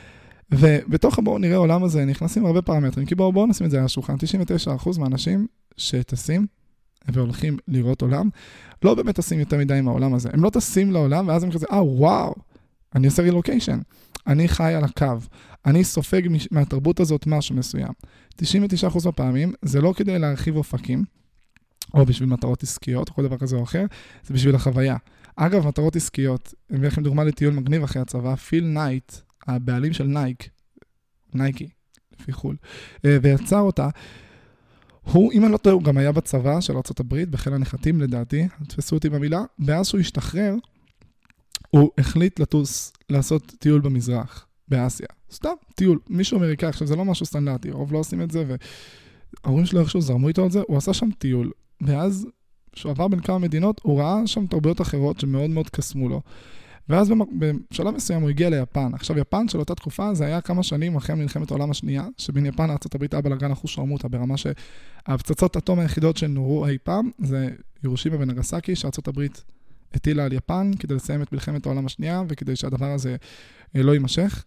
ובתוך הבואו נראה עולם הזה נכנסים הרבה פרמטרים, כי בואו בואו נשים את זה על השולחן. תשעים ותשעה אחוז מהאנשים שטסים והולכים לראות עולם, לא באמת טסים יותר מדי עם העולם הזה. הם לא טסים לעולם, ואז הם כזה, אה, וואו, אני עושה רילוקיישן. אני חי על הקו. אני סופג מהתרבות הזאת משהו מסוים. תשעים ותשעה אחוז בפעמים, זה לא כדי להרחיב אופקים, או בשביל מטרות עסקיות, או כל דבר כזה או אחר, זה בשביל החוויה. אגב, מטרות עסקיות, אני מביא לכם דוגמה לטיול מגניב אחרי הצבא, פיל נייט, הבעלים של נייק, נייקי, לפי חול, ויצר אותה, הוא, אם אני לא טועה, הוא גם היה בצבא של ארצות הברית, בחיל הנחתים לדעתי, תפסו אותי במילה, ואז שהוא השתחרר, הוא החליט לטוס, לעשות טיול במזרח, באסיה. סתם, טיול, מישהו אמריקאי, עכשיו זה לא משהו סטנדרטי, רוב לא עושים את זה, וההורים שלו איכשהו זרמו איתו על זה, הוא עשה שם טיול, ואז כשהוא עבר בין כמה מדינות, הוא ראה שם תרבויות אחרות שמאוד מאוד קסמו לו. ואז בשלב מסוים הוא הגיע ליפן. עכשיו, יפן של אותה תקופה, זה היה כמה שנים אחרי מלחמת העולם השנייה, שבין יפן לארצות הברית היה בלגן אחוז שרמוטה, ברמה שהפצצות אטום היחידות שנורו אי פעם, זה הירושימה ונגסקי, שארצות הברית הטילה על יפן, כדי לסיים את מלחמת העולם השנייה, וכדי שהדבר הזה לא יימשך.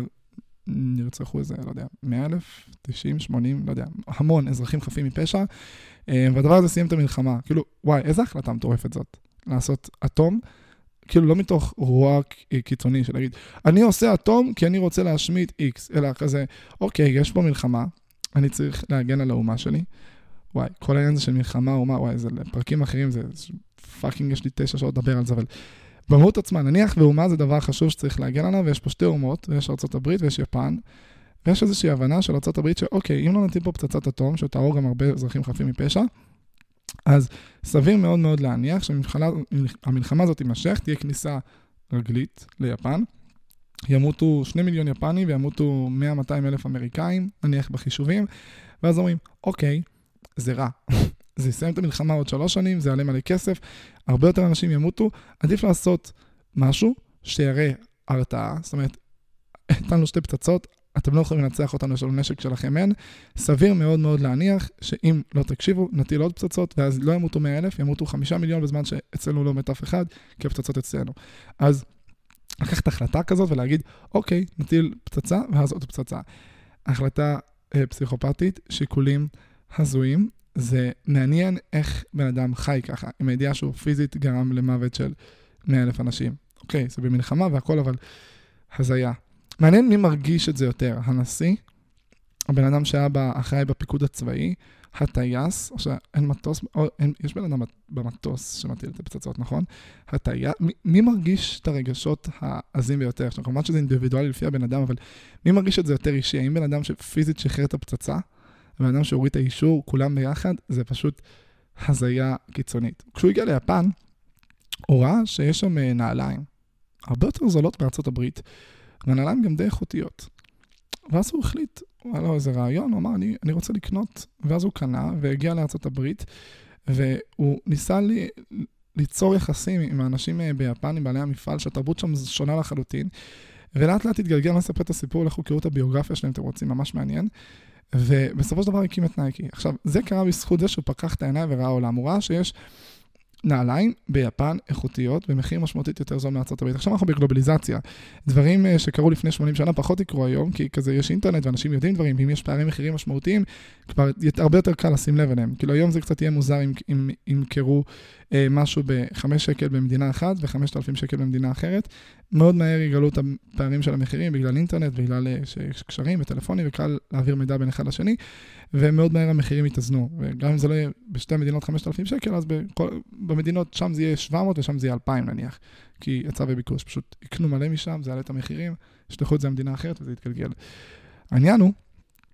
נרצחו איזה, לא יודע, מאה אלף, תשעים, שמונים, לא יודע, המון אזרחים חפים מפשע, והדבר הזה סיים את המלחמה. כאילו, וואי, איזה החלטה מטורפת זאת, לעשות אטום, כאילו לא מתוך רוע קיצוני של להגיד, אני עושה אטום כי אני רוצה להשמיד X, אלא כזה, אוקיי, יש פה מלחמה, אני צריך להגן על האומה שלי, וואי, כל העניין הזה של מלחמה, אומה, וואי, זה לפרקים אחרים, זה פאקינג, יש לי תשע שעות לדבר על זה, אבל במהות עצמה, נניח ואומה זה דבר חשוב שצריך להגן עליו, ויש פה שתי אומות, ויש ארצות הברית ויש יפן, ויש איזושהי הבנה של ארצות הברית שאוקיי, אם לא נתאים פה פצצת אטום, שתהרוג גם הרבה אזרחים חפים מפשע, אז סביר מאוד מאוד להניח שהמלחמה הזאת תימשך, תהיה כניסה רגלית ליפן, ימותו שני מיליון יפנים וימותו מאה מאתיים אלף אמריקאים, נניח בחישובים, ואז אומרים, אוקיי, זה רע. זה יסיים את המלחמה עוד שלוש שנים, זה יעלה מלא כסף, הרבה יותר אנשים ימותו, עדיף לעשות משהו שיראה הרתעה, זאת אומרת, נתנו שתי פצצות, אתם לא יכולים לנצח אותנו, יש לנו נשק שלכם אין, סביר מאוד מאוד להניח שאם לא תקשיבו, נטיל עוד פצצות, ואז לא ימותו מאה אלף, ימותו חמישה מיליון בזמן שאצלנו לא מת אף אחד, כי הפצצות אצלנו. אז לקחת החלטה כזאת ולהגיד, אוקיי, נטיל פצצה, ואז עוד פצצה. החלטה אה, פסיכופתית, שיקולים הזויים, זה מעניין איך בן אדם חי ככה, עם הידיעה שהוא פיזית גרם למוות של מאה אלף אנשים. אוקיי, זה במלחמה והכל, אבל הזיה. מעניין מי מרגיש את זה יותר, הנשיא, הבן אדם שהיה אחראי בפיקוד הצבאי, הטייס, או שאין מטוס, או אין, יש בן אדם במטוס שמטיל את הפצצות, נכון? הטייס, מי, מי מרגיש את הרגשות העזים ביותר? עכשיו, כמובן שזה אינדיבידואלי לפי הבן אדם, אבל מי מרגיש את זה יותר אישי? האם בן אדם שפיזית שחרר את הפצצה, ואדם שהוריד את האישור, כולם ביחד, זה פשוט הזיה קיצונית. כשהוא הגיע ליפן, הוא ראה שיש שם נעליים, הרבה יותר זולות בארצות הברית, והנעליים גם די איכותיות. ואז הוא החליט, הוא היה לו איזה רעיון, הוא אמר, אני, אני רוצה לקנות, ואז הוא קנה, והגיע לארצות הברית, והוא ניסה לי, ליצור יחסים עם האנשים ביפן, עם בעלי המפעל, שהתרבות שם שונה לחלוטין, ולאט לאט התגלגל לספר את הסיפור, לכו קראו את הביוגרפיה שלהם, אתם רוצים, ממש מעניין, ובסופו של דבר הקים את נייקי. עכשיו, זה קרה בזכות זה שהוא פקח את העיניים וראה עולם, הוא ראה שיש נעליים ביפן איכותיות במחיר משמעותית יותר זול מארצות הברית. עכשיו אנחנו בגלובליזציה. דברים שקרו לפני שמונים שנה פחות יקרו היום, כי כזה יש אינטרנט ואנשים יודעים דברים, ואם יש פערי מחירים משמעותיים, כבר הרבה יותר קל לשים לב אליהם. כאילו היום זה קצת יהיה מוזר אם, אם, אם קרו אה, משהו בחמש שקל במדינה אחת וחמשת אלפים שקל במדינה אחרת. מאוד מהר יגלו את הפערים של המחירים בגלל אינטרנט, בגלל שיש קשרים וטלפונים וקל להעביר מידע בין אחד לשני, ומאוד מהר המחירים יתאזנו. וגם אם זה לא יהיה בשתי מדינות חמשת אלפים שקל, אז בכל, במדינות שם זה יהיה שבע מאות ושם זה יהיה אלפיים נניח. כי יצא וביקוש, פשוט יקנו מלא משם, זה יעלה את המחירים, שתלכו את זה למדינה אחרת וזה יתגלגל. העניין הוא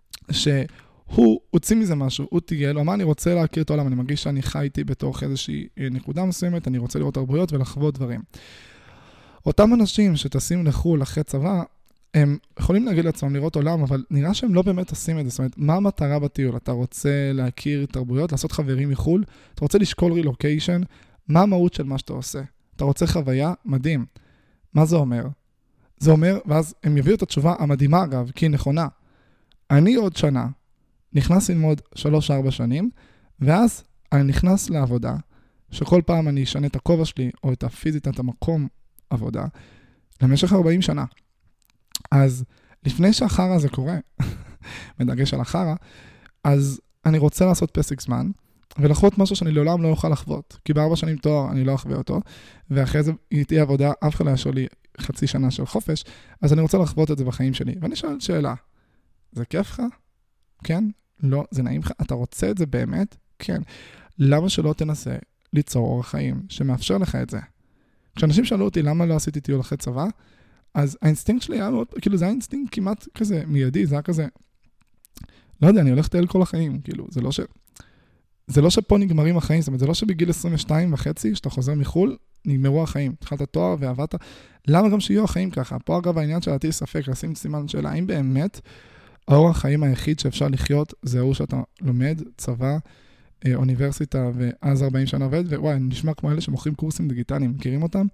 שהוא הוציא מזה משהו, הוא תיגל, הוא אמר אני רוצה להכיר את העולם, אני מרגיש שאני חייתי בתוך איזושהי נקודה מסוימת, אני רוצה לראות תרבויות ולחוות דברים. אותם אנשים שטסים לחו"ל אחרי צבא, הם יכולים להגיד לעצמם לראות עולם, אבל נראה שהם לא באמת עושים את זה. זאת אומרת, מה המטרה בטיול? אתה רוצה להכיר תרבויות, לעשות חברים מחו"ל, אתה רוצה לשקול רילוקיישן, מה המהות של מה שאתה עושה? אתה רוצה חוויה? מדהים. מה זה אומר? זה אומר, ואז הם יביאו את התשובה המדהימה אגב, כי היא נכונה. אני עוד שנה נכנס ללמוד שלוש ארבע שנים, ואז אני נכנס לעבודה, שכל פעם אני אשנה את הכובע שלי, או את הפיזית, את המקום עבודה, למשך ארבעים שנה. אז לפני שהחרה הזה קורה, מדגש על החרה, אז אני רוצה לעשות פסק זמן, ולחוות משהו שאני לעולם לא אוכל לחוות, כי בארבע שנים תואר אני לא אחווה אותו, ואחרי זה תהיה עבודה, אף אחד לא ישאר לי חצי שנה של חופש, אז אני רוצה לחוות את זה בחיים שלי. ואני שואל שאלה, זה כיף לך? כן? לא, זה נעים לך? אתה רוצה את זה באמת? כן. למה שלא תנסה ליצור אורח חיים שמאפשר לך את זה? כשאנשים שאלו אותי למה לא עשיתי טיול אחרי צבא, אז האינסטינקט שלי היה מאוד, כאילו זה האינסטינקט כמעט כזה מיידי, זה היה כזה, לא יודע, אני הולך לטייל כל החיים, כאילו, זה לא ש... זה לא שפה נגמרים החיים, זאת אומרת, זה לא שבגיל עשרים ושתיים וחצי, שאתה חוזר מחול, נגמרו החיים. התחלת תואר ועבדת. למה גם שיהיו החיים ככה? פה אגב העניין שלתי ספק, לשים סימן שאלה, האם באמת האורח החיים היחיד שאפשר לחיות, זה הוא שאתה לומד, צבא, אוניברסיטה, ואז ארבעים שנה עובד, ווואי, נשמע כמו אלה שמוכרים קורסים דיגיטליים, מכירים אותם?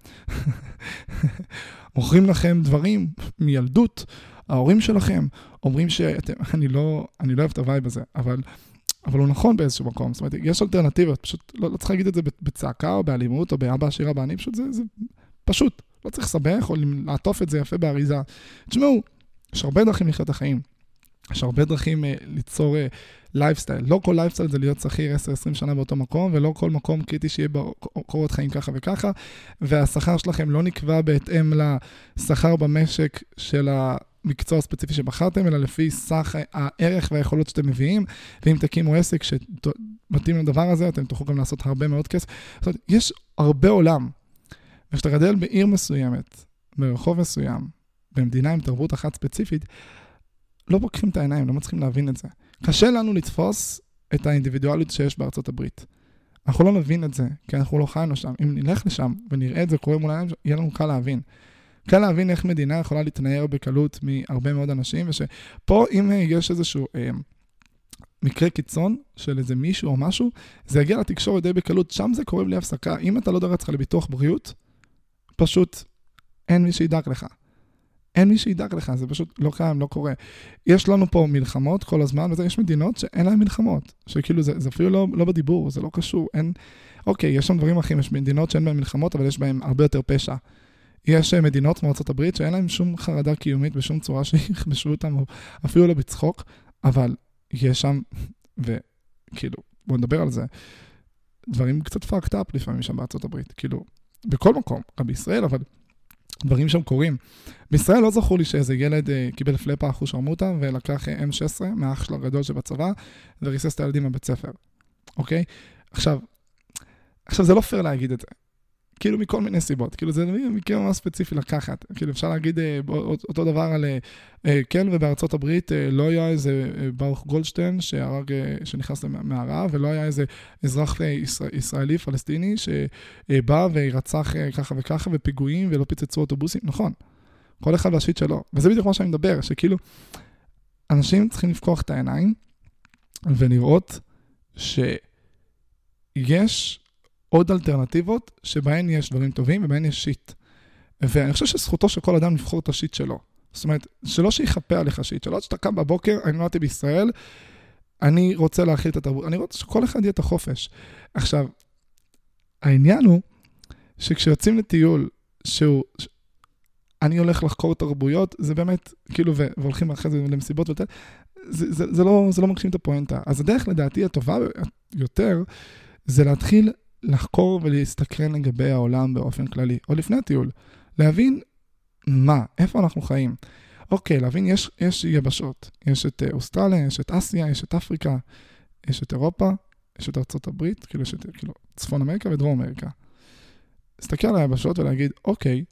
מוכרים לכם דברים מילדות, ההורים שלכם אומרים שאתם, אני לא, אני לא אוהב את הווייב הזה, אבל, אבל הוא נכון באיזשהו מקום, זאת אומרת, יש אלטרנטיבות, פשוט לא, לא צריך להגיד את זה בצעקה או באלימות או באבא עשיר אבא עני, פשוט זה, זה פשוט, לא צריך לסבך או לעטוף את זה יפה באריזה. תשמעו, יש הרבה דרכים לחיות החיים, יש הרבה דרכים uh, ליצור uh, לייפסטייל. לא כל לייפסטייל זה להיות שכיר עשר עשרים שנה באותו מקום, ולא כל מקום קריטי שיהיה בקורות חיים ככה וככה, והשכר שלכם לא נקבע בהתאם לשכר במשק של המקצוע הספציפי שבחרתם, אלא לפי סך הערך והיכולות שאתם מביאים, ואם תקימו עסק שמתאים לדבר הזה, אתם תוכלו גם לעשות הרבה מאוד כסף. זאת אומרת, יש הרבה עולם, וכשאתה גדל בעיר מסוימת, ברחוב מסוים, במדינה עם תרבות אחת ספציפית, לא פוקחים את העיניים, לא מצליחים להבין את זה. קשה לנו לתפוס את האינדיבידואליות שיש בארצות הברית. אנחנו לא נבין את זה, כי אנחנו לא חיינו שם. אם נלך לשם ונראה את זה קורה מול העיניים, יהיה לנו קל להבין. קל להבין איך מדינה יכולה להתנער בקלות מהרבה מאוד אנשים, ושפה אם יש איזשהו אה, מקרה קיצון של איזה מישהו או משהו, זה יגיע לתקשורת די בקלות, שם זה קורה בלי הפסקה. אם אתה לא דרך לך לביטוח בריאות, פשוט אין מי שידאג לך. אין מי שידאג לך, זה פשוט לא קיים, לא קורה. יש לנו פה מלחמות כל הזמן, וזה, יש מדינות שאין להן מלחמות, שכאילו זה, זה אפילו לא, לא בדיבור, זה לא קשור, אין, אוקיי, יש שם דברים אחרים, יש מדינות שאין בהן מלחמות, אבל יש בהן הרבה יותר פשע. יש מדינות כמו ארצות הברית שאין להן שום חרדה קיומית בשום צורה שיכבשו אותם, או אפילו לא בצחוק, אבל יש שם, וכאילו, בואו נדבר על זה, דברים קצת fucked up לפעמים שם בארצות הברית, כאילו, בכל מקום, גם בישראל, אבל דברים שם קורים. בישראל לא זכור לי שאיזה ילד uh, קיבל פלאפה אחוז שרמוטה, ולקח אם שש עשרה מהאח של הגדול שבצבא, וריסס את הילדים בבית ספר. אוקיי? עכשיו, עכשיו זה לא פייר להגיד את זה. כאילו מכל מיני סיבות, כאילו זה מקרה ממש ספציפי לקחת, כאילו אפשר להגיד אותו דבר על, כן, ובארצות הברית לא היה איזה ברוך גולדשטיין שהרג, שנכנס למערה, ולא היה איזה אזרח ישראלי פלסטיני שבא וירצח ככה וככה, ופיגועים ולא פיצצו אוטובוסים, נכון, כל אחד והשיט שלו, וזה בדיוק מה שאני מדבר, שכאילו אנשים צריכים לפקוח את העיניים ולראות שיש עוד אלטרנטיבות שבהן יש דברים טובים ובהן יש שיט. ואני חושב שזכותו של כל אדם לבחור את השיט שלו. זאת אומרת, שלא שיחפה עליך שיט, שלא שאתה קם בבוקר, אני נולדתי בישראל, אני רוצה להכיל את התרבות, אני רוצה שכל אחד יהיה את החופש. עכשיו, העניין הוא שכשיוצאים לטיול, שהוא, אני הולך לחקור תרבויות, זה באמת, כאילו, והולכים אחרי זה למסיבות ויותר, זה, זה, זה לא, זה לא מגשים את הפואנטה. אז הדרך לדעתי הטובה יותר, זה להתחיל לחקור ולהסתקרן לגבי העולם באופן כללי, או לפני הטיול, להבין מה, איפה אנחנו חיים. אוקיי, להבין, יש, יש יבשות, יש את אוסטרליה, יש את אסיה, יש את אפריקה, יש את אירופה, יש את ארצות הברית, כאילו יש את כאילו, צפון אמריקה ודרום אמריקה. להסתכל על היבשות ולהגיד, אוקיי,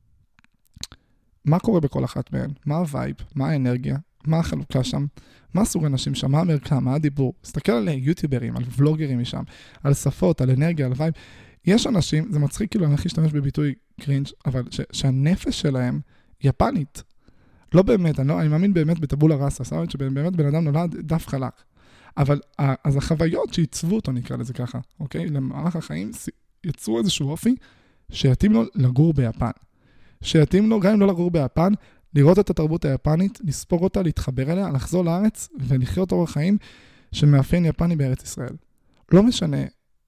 מה קורה בכל אחת מהן? מה הווייב? מה האנרגיה? מה החלוקה שם? מה סוג אנשים שם? מה המרקע? מה הדיבור? תסתכל על יוטיוברים, על ולוגרים משם, על שפות, על אנרגיה, על וייב. יש אנשים, זה מצחיק כאילו אני הולך להשתמש בביטוי קרינג', אבל ש- שהנפש שלהם יפנית. לא באמת, אני, לא, אני מאמין באמת בטבולה ראסה, זאת שבאמת בן אדם נולד דף חלק. אבל אז החוויות שעיצבו אותו, נקרא לזה ככה, אוקיי? למערך החיים יצרו איזשהו אופי שיתאים לו לגור ביפן. שיתאים לו, גם אם לא לגור ביפן, לראות את התרבות היפנית, לספור אותה, להתחבר אליה, לחזור לארץ ולחיות אורח חיים שמאפיין יפני בארץ ישראל. לא משנה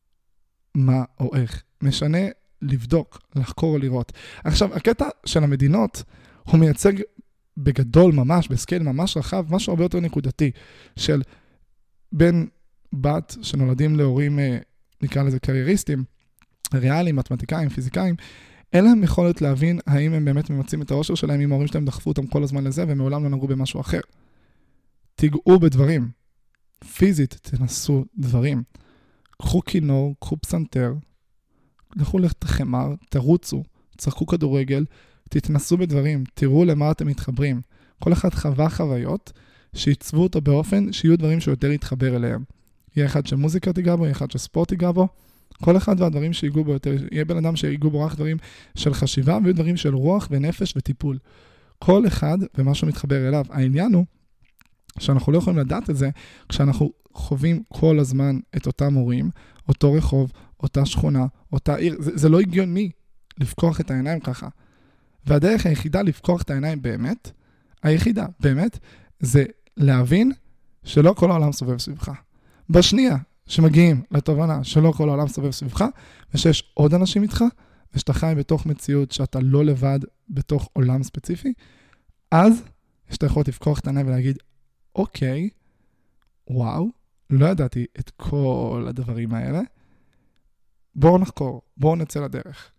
מה או איך, משנה לבדוק, לחקור, לראות. עכשיו, הקטע של המדינות הוא מייצג בגדול ממש, בסקייל ממש רחב, משהו הרבה יותר נקודתי, של בין בת שנולדים להורים, נקרא לזה קרייריסטים, ריאליים, מתמטיקאים, פיזיקאים, אין להם יכולת להבין האם הם באמת ממצים את האושר שלהם, אם ההורים שלהם דחפו אותם כל הזמן לזה, ומעולם לא נגעו במשהו אחר. תיגעו בדברים. פיזית, תנסו דברים. קחו כינור, קחו פסנתר, לכו לחמר, תרוצו, צחקו כדורגל, תתנסו בדברים, תראו למה אתם מתחברים. כל אחד חווה חוויות שיצבו אותו באופן שיהיו דברים שיותר יתחבר אליהם. יהיה אחד שמוזיקה תיגע בו, יהיה אחד שספורט תיגע בו, כל אחד והדברים שיגעו בו יותר, יהיה בן אדם שיגעו בו רק דברים של חשיבה, ויהיו דברים של רוח ונפש וטיפול. כל אחד ומשהו מתחבר אליו. העניין הוא שאנחנו לא יכולים לדעת את זה, כשאנחנו חווים כל הזמן את אותם הורים, אותו רחוב, אותה שכונה, אותה עיר. זה, זה לא הגיוני לפקוח את העיניים ככה. והדרך היחידה לפקוח את העיניים באמת, היחידה באמת, זה להבין שלא כל העולם סובב סביבך. בשנייה שמגיעים לתובנה שלא כל העולם סובב סביבך, ושיש עוד אנשים איתך, ושאתה חי בתוך מציאות שאתה לא לבד בתוך עולם ספציפי, אז יש אתה יכול לפקוח את העיניים ולהגיד, אוקיי, וואו, לא ידעתי את כל הדברים האלה, בואו נחקור, בואו נצא לדרך.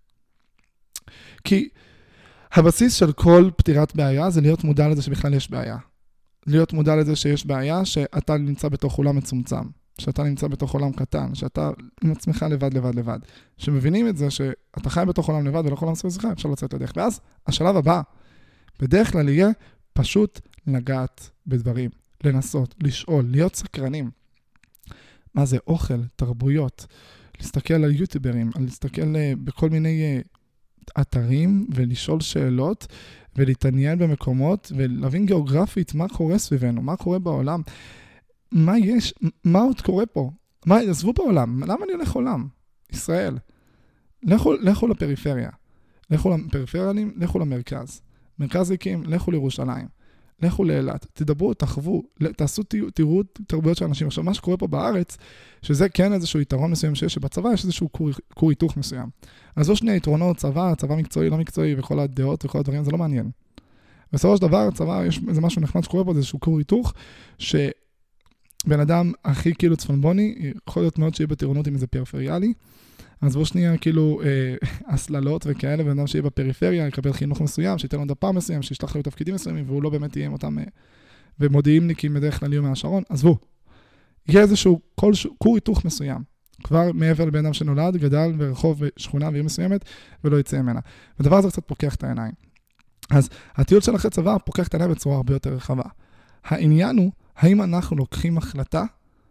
כי הבסיס של כל פתירת בעיה זה להיות מודע לזה שבכלל יש בעיה. להיות מודע לזה שיש בעיה שאתה נמצא בתוך עולם מצומצם, שאתה נמצא בתוך עולם קטן, שאתה עם עצמך לבד, לבד, לבד. שמבינים את זה שאתה חי בתוך עולם לבד ולא כל עולם סביבך, אפשר לצאת לדרך. ואז השלב הבא, בדרך כלל יהיה פשוט לגעת בדברים, לנסות, לשאול, להיות סקרנים. מה זה אוכל, תרבויות, להסתכל על יוטיוברים, להסתכל בכל מיני אתרים ולשאול שאלות ולהתעניין במקומות ולהבין גיאוגרפית מה קורה סביבנו, מה קורה בעולם, מה יש, מה עוד קורה פה, מה עזבו בעולם, למה אני הולך עולם? ישראל. לכו, לכו לפריפריה, לכו לפריפריאלים, לכו למרכז. מרכז הקים, לכו לירושלים. לכו לאילת, תדברו, תחוו, תעשו, תראו תרבויות של אנשים. עכשיו, מה שקורה פה בארץ, שזה כן איזשהו יתרון מסוים שיש, שבצבא יש איזשהו קור, קור היתוך מסוים. אז זו שני יתרונות, צבא, צבא מקצועי, לא מקצועי, וכל הדעות וכל הדברים, זה לא מעניין. בסופו של דבר, צבא, יש איזה משהו נחמד שקורה פה, זה איזשהו קור היתוך, שבן אדם הכי כאילו צפונבוני, יכול להיות מאוד שיהיה בטירונות עם איזה פריפריאלי, אז בוא שנייה כאילו אה, הסללות וכאלה, בן אדם שיהיה בפריפריה, יקבל חינוך מסוים, שייתן לו דפה מסוים, שישלח לו תפקידים מסוימים, והוא לא באמת יהיה עם אותם, אה, ומודיעימניקים בדרך כלל יהיו מהשרון, אז בוא, יהיה איזשהו כל ש... קור היתוך מסוים. כבר מעבר לבן אדם שנולד, גדל ברחוב בשכונה ועיר מסוימת, ולא יצא ממנה. והדבר הזה קצת פוקח את העיניים. אז הטיול של אחרי צבא פוקח את העיניים בצורה הרבה יותר רחבה. העניין הוא, האם אנחנו לוקחים החלטה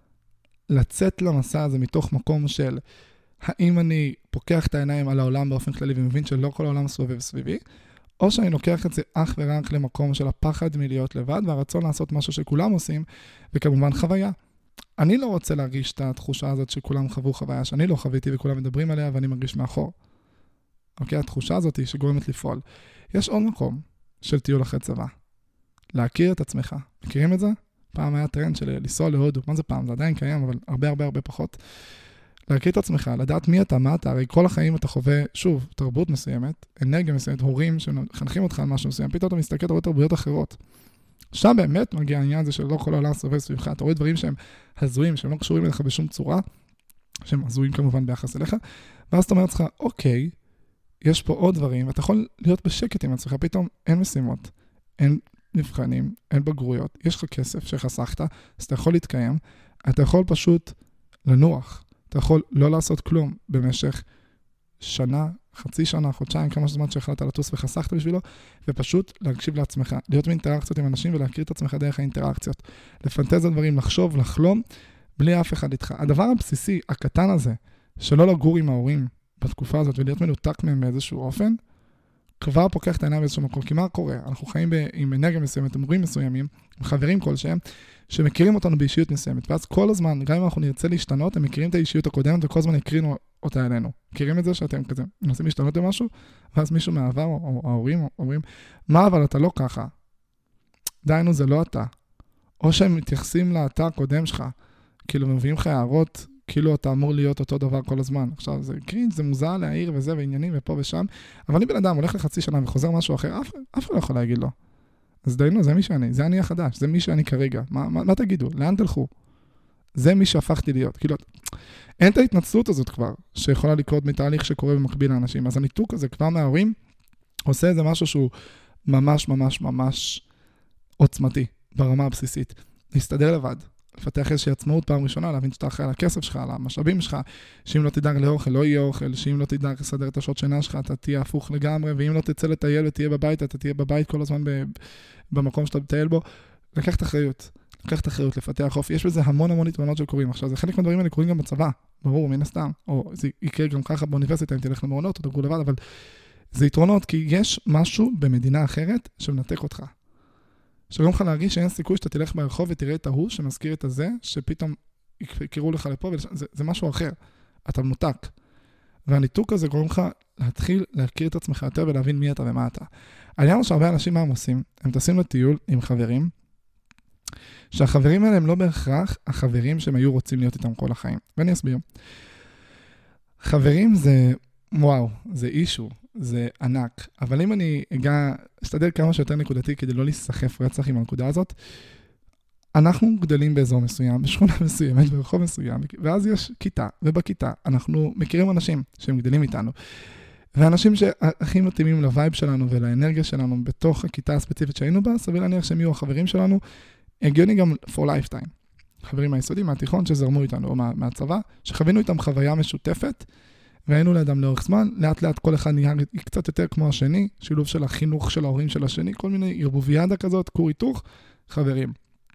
לצאת למסע הזה מתוך מקום של האם אני פוקח את העיניים על העולם באופן כללי ומבין שלא כל העולם סובב סביבי, או שאני לוקח את זה אך ורק למקום של הפחד מלהיות לבד והרצון לעשות משהו שכולם עושים, וכמובן חוויה. אני לא רוצה להרגיש את התחושה הזאת שכולם חוו חוויה שאני לא חוויתי וכולם מדברים עליה ואני מרגיש מאחור. אוקיי, התחושה הזאת היא שגורמת לפעול. יש עוד מקום של טיול אחרי צבא. להכיר את עצמך. מכירים את זה? פעם היה טרנד של לנסוע להודו. מה זה פעם? זה עדיין קיים, אבל הרבה הרבה הרבה פחות. להכיר את עצמך, לדעת מי אתה, מה אתה. הרי כל החיים אתה חווה, שוב, תרבות מסוימת, אנרגיה מסוימת, הורים שמחנכים אותך על משהו מסוים. פתאום אתה מסתכל, אתה רואה תרבויות אחרות. שם באמת מגיע העניין הזה שלא כל העולם סובב סביבך. אתה רואה דברים שהם הזויים, שהם לא קשורים אליך בשום צורה, שהם הזויים כמובן ביחס אליך. ואז אתה אומר לך, אוקיי, יש פה עוד דברים, ואתה יכול להיות בשקט עם עצמך. פתאום אין משימות, אין מבחנים, אין בגרויות, יש לך כסף שחסכת, אז אתה יכול להתקיים, אתה יכול פשוט לנוח, אתה יכול לא לעשות כלום במשך שנה, חצי שנה, חודשיים, כמה זמן שהחלטת לטוס וחסכת בשבילו, ופשוט להקשיב לעצמך, להיות באינטראקציות עם אנשים ולהכיר את עצמך דרך האינטראקציות, לפנטז על דברים, לחשוב, לחלום, בלי אף אחד איתך. הדבר הבסיסי, הקטן הזה, שלא לגור עם ההורים בתקופה הזאת ולהיות מנותק מהם באיזשהו אופן, כבר פוקח את העיניים באיזשהו מקום. כי מה קורה? אנחנו חיים עם אנרגיה מסוימת, עם מורים מסוימים, עם חברים כלשהם, שמכירים אותנו באישיות מסוימת. ואז כל הזמן, גם אם אנחנו נרצה להשתנות, הם מכירים את האישיות הקודמת, וכל הזמן יקרינו אותה אלינו. מכירים את זה שאתם כזה מנסים להשתנות במשהו, ואז מישהו מהעבר או ההורים אומרים, מה אבל אתה לא ככה? דיינו, זה לא אתה. או שהם מתייחסים לאתה הקודם שלך, כאילו מביאים לך הערות, כאילו אתה אמור להיות אותו דבר כל הזמן. עכשיו, זה קרינג', זה מוזר להעיר וזה, ועניינים ופה ושם, אבל אני בן אדם, הולך לחצי שנה וחוזר משהו אחר, אף, אף אחד לא יכול להגיד לו. אז דיינו, זה מי שאני, זה אני החדש, זה מי שאני כרגע. מה, מה, מה תגידו? לאן תלכו? זה מי שהפכתי להיות. כאילו, אין את ההתנצלות הזאת כבר, שיכולה לקרות מתהליך שקורה במקביל לאנשים. אז הניתוק הזה כבר מההורים, עושה איזה משהו שהוא ממש ממש ממש עוצמתי, ברמה הבסיסית. להסתדר לבד. לפתח איזושהי עצמאות פעם ראשונה, להבין שאתה אחראי על הכסף שלך, על המשאבים שלך, שאם לא תדאג לאוכל, לא יהיה אוכל, שאם לא תדאג לסדר את השעות שינה שלך, אתה תהיה הפוך לגמרי, ואם לא תצא לטייל ותהיה בבית, אתה תהיה בבית כל הזמן במקום שאתה מטייל בו. לקח את האחריות, לקח את האחריות, לפתח אופי. יש בזה המון המון יתרונות שקורים. עכשיו, זה חלק מהדברים האלה קורים גם בצבא, ברור, מן הסתם, או זה יקרה גם ככה באוניברסיטה, אם תלך למעונות, או תגור לבד, אבל זה יתרונות, כי יש משהו במדינה אחרת שמנתק אותך. שגורם לך להרגיש שאין סיכוי שאתה תלך ברחוב ותראה את ההוא שמזכיר את הזה, שפתאום יקראו לך לפה, זה, זה משהו אחר. אתה מנותק. והניתוק הזה גורם לך להתחיל להכיר את עצמך יותר ולהבין מי אתה ומה אתה. העניין הוא שהרבה אנשים מה הם עושים? הם טסים לטיול עם חברים, שהחברים האלה הם לא בהכרח החברים שהם היו רוצים להיות איתם כל החיים. ואני אסביר. חברים זה, וואו, זה אישו. זה ענק, אבל אם אני אגע, אשתדל כמה שיותר נקודתי כדי לא להיסחף רצח עם הנקודה הזאת, אנחנו גדלים באזור מסוים, בשכונה מסוימת, ברחוב מסוים, ואז יש כיתה, ובכיתה אנחנו מכירים אנשים שהם גדלים איתנו, ואנשים שהכי מתאימים לווייב שלנו ולאנרגיה שלנו בתוך הכיתה הספציפית שהיינו בה, סביר להניח שהם יהיו החברים שלנו, הגיוני גם for lifetime. חברים מהיסודי, מהתיכון שזרמו איתנו, או מה, מהצבא, שחווינו איתם חוויה משותפת, והיינו לאדם לאורך זמן, לאט לאט כל אחד נהיה קצת יותר כמו השני, שילוב של החינוך של ההורים של השני, כל מיני ערבוביאדה כזאת, כור היתוך, חברים.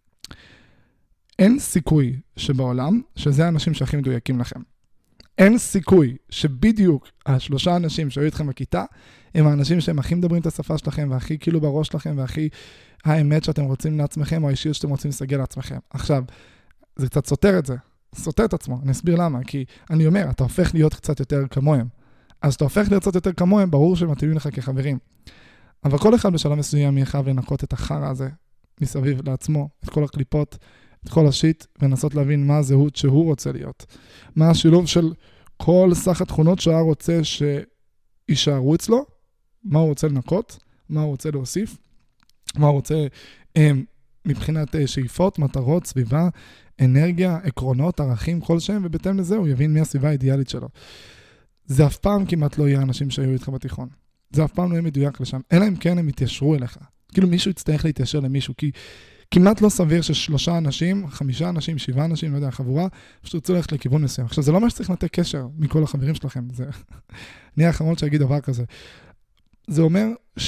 אין סיכוי שבעולם, שזה האנשים שהכי מדויקים לכם. אין סיכוי שבדיוק השלושה אנשים שהיו איתכם בכיתה, הם האנשים שהם הכי מדברים את השפה שלכם, והכי כאילו בראש שלכם, והכי האמת שאתם רוצים לעצמכם, או האישיות שאתם רוצים לסגל לעצמכם. עכשיו, זה קצת סותר את זה. סותר את עצמו, אני אסביר למה, כי אני אומר, אתה הופך להיות קצת יותר כמוהם. אז אתה הופך להיות קצת יותר כמוהם, ברור שמתאימים לך כחברים. אבל כל אחד בשלב מסוים יהיה חייב לנקות את החרא הזה מסביב לעצמו, את כל הקליפות, את כל השיט, ולנסות להבין מה הזהות שהוא רוצה להיות. מה השילוב של כל סך התכונות שהוא רוצה שישארו אצלו, מה הוא רוצה לנקות, מה הוא רוצה להוסיף, מה הוא רוצה מבחינת שאיפות, מטרות, סביבה, אנרגיה, עקרונות, ערכים, כל שם, ובתאם לזה הוא יבין מי הסביבה האידיאלית שלו. זה אף פעם כמעט לא יהיה אנשים שהיו איתך בתיכון. זה אף פעם לא יהיה מדויק לשם, אלא אם כן הם יתיישרו אליך. כאילו מישהו יצטרך להתיישר למישהו, כי, כמעט לא סביר ששלושה אנשים, חמישה אנשים, שבעה אנשים, לא יודע, חבורה, פשוט רוצים ללכת לכיוון מסוים. עכשיו, זה לא מה שצריך לתת קשר מכל החברים שלכם, זה... אני האחרון שיגיד דבר כזה. זה אומר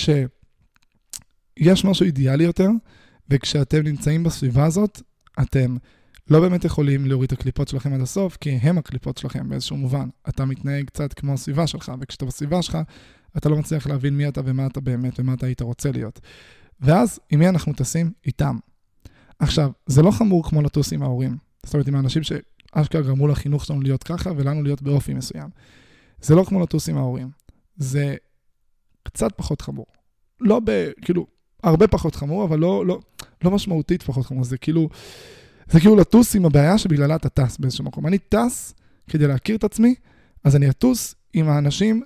שיש משהו אידיאלי יותר, וכשאתם נמצאים בסביבה הזאת, אתם לא באמת יכולים להוריד את הקליפות שלכם עד הסוף, כי הם הקליפות שלכם באיזשהו מובן. אתה מתנהג קצת כמו הסביבה שלך, וכשאתה בסביבה שלך, אתה לא מצליח להבין מי אתה ומה אתה באמת, ומה אתה היית רוצה להיות. ואז, עם מי אנחנו טסים? איתם. עכשיו, זה לא חמור כמו לטוס עם ההורים. זאת אומרת, עם האנשים שאשכרה גרמו לחינוך שלנו להיות ככה, ולנו להיות באופי מסוים. זה לא כמו לטוס עם ההורים. זה קצת פחות חמור. לא ב... כאילו, הרבה פחות חמור, אבל לא, לא, לא משמעותית פחות חמור. זה כאילו, זה כאילו לטוס עם הבעיה שבגללה אתה טס באיזשהו מקום. אני טס כדי להכיר את עצמי, אז אני אטוס עם האנשים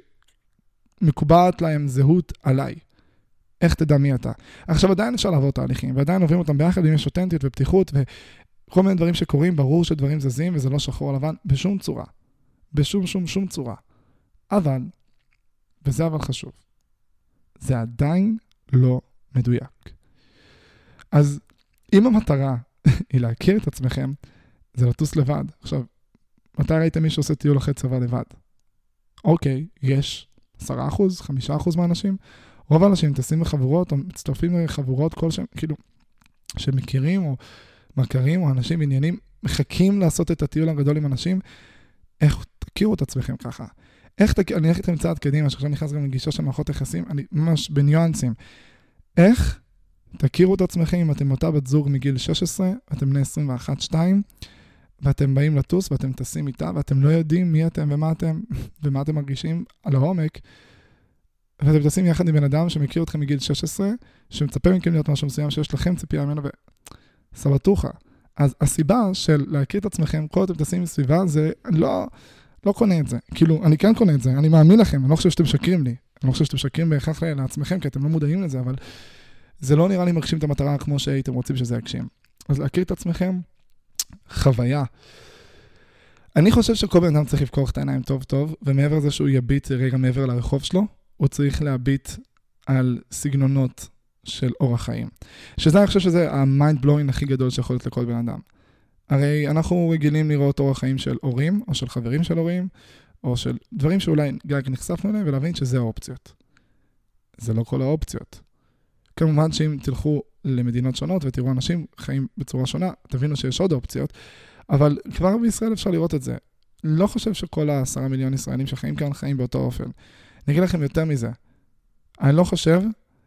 שמקובעת להם זהות עליי. איך תדע מי אתה? עכשיו עדיין אפשר לעבור תהליכים, ועדיין עוברים אותם ביחד, אם יש אותנטיות ופתיחות, וכל מיני דברים שקורים, ברור שדברים זזים, וזה לא שחור לבן, בשום צורה. בשום שום שום צורה. אבל, וזה אבל חשוב, זה עדיין לא מדויק. אז אם המטרה היא להכיר את עצמכם, זה לטוס לבד. עכשיו, מתי ראיתם מי שעושה טיול אחרי צבא לבד? אוקיי, יש עשרה אחוז, חמישה אחוז מהאנשים, רוב האנשים טסים בחבורות, או מצטרפים לחבורות כלשהם, כאילו, שמכירים, או מכרים, או אנשים עניינים, מחכים לעשות את הטיול הגדול עם אנשים, איך תכירו את עצמכם ככה? איך תכירו, אני אלך איתכם צעד קדימה, שעכשיו נכנס גם לגישה של מערכות יחסים, אני ממש בניואנסים. איך תכירו את עצמכם אם אתם אותה בת זוג מגיל שש עשרה, אתם בני עשרים ואחת שתיים, ואתם באים לטוס, ואתם טסים איתה, ואתם לא יודעים מי אתם ומה אתם, ומה אתם מרגישים על העומק, ואתם טסים יחד עם בן אדם שמכיר אתכם מגיל שש עשרה, שמצפה מכם להיות משהו מסוים, שיש לכם ציפייה ממנו, וסבתוכה. אז הסיבה של להכיר את עצמכם, כל אתם טסים בסביבה, זה, אני לא, לא קונה את זה. כאילו, אני כן קונה את זה, אני מאמין לכם, אני לא חושב שאתם משקרים לי. אני לא חושב שאתם משקרים בהכרח לעצמכם, כי אתם לא מודעים לזה, אבל זה לא נראה לי מגשים את המטרה כמו שהייתם רוצים שזה יגשים. אז להכיר את עצמכם, חוויה. אני חושב שכל בן אדם צריך לפקוח את העיניים טוב טוב, ומעבר לזה שהוא יביט רגע מעבר לרחוב שלו, הוא צריך להביט על סגנונות של אורח חיים. שזה, אני חושב שזה המיינד בלואינג הכי גדול שיכול להיות לכל בן אדם. הרי אנחנו רגילים לראות אורח חיים של הורים, או של חברים של הורים, או של דברים שאולי גג נחשפנו אליהם, ולהבין שזה האופציות. זה לא כל האופציות. כמובן שאם תלכו למדינות שונות ותראו אנשים חיים בצורה שונה, תבינו שיש עוד אופציות, אבל כבר בישראל אפשר לראות את זה. לא חושב שכל העשרה מיליון ישראלים שחיים כאן חיים באותו אופן. אני אגיד לכם יותר מזה. אני לא חושב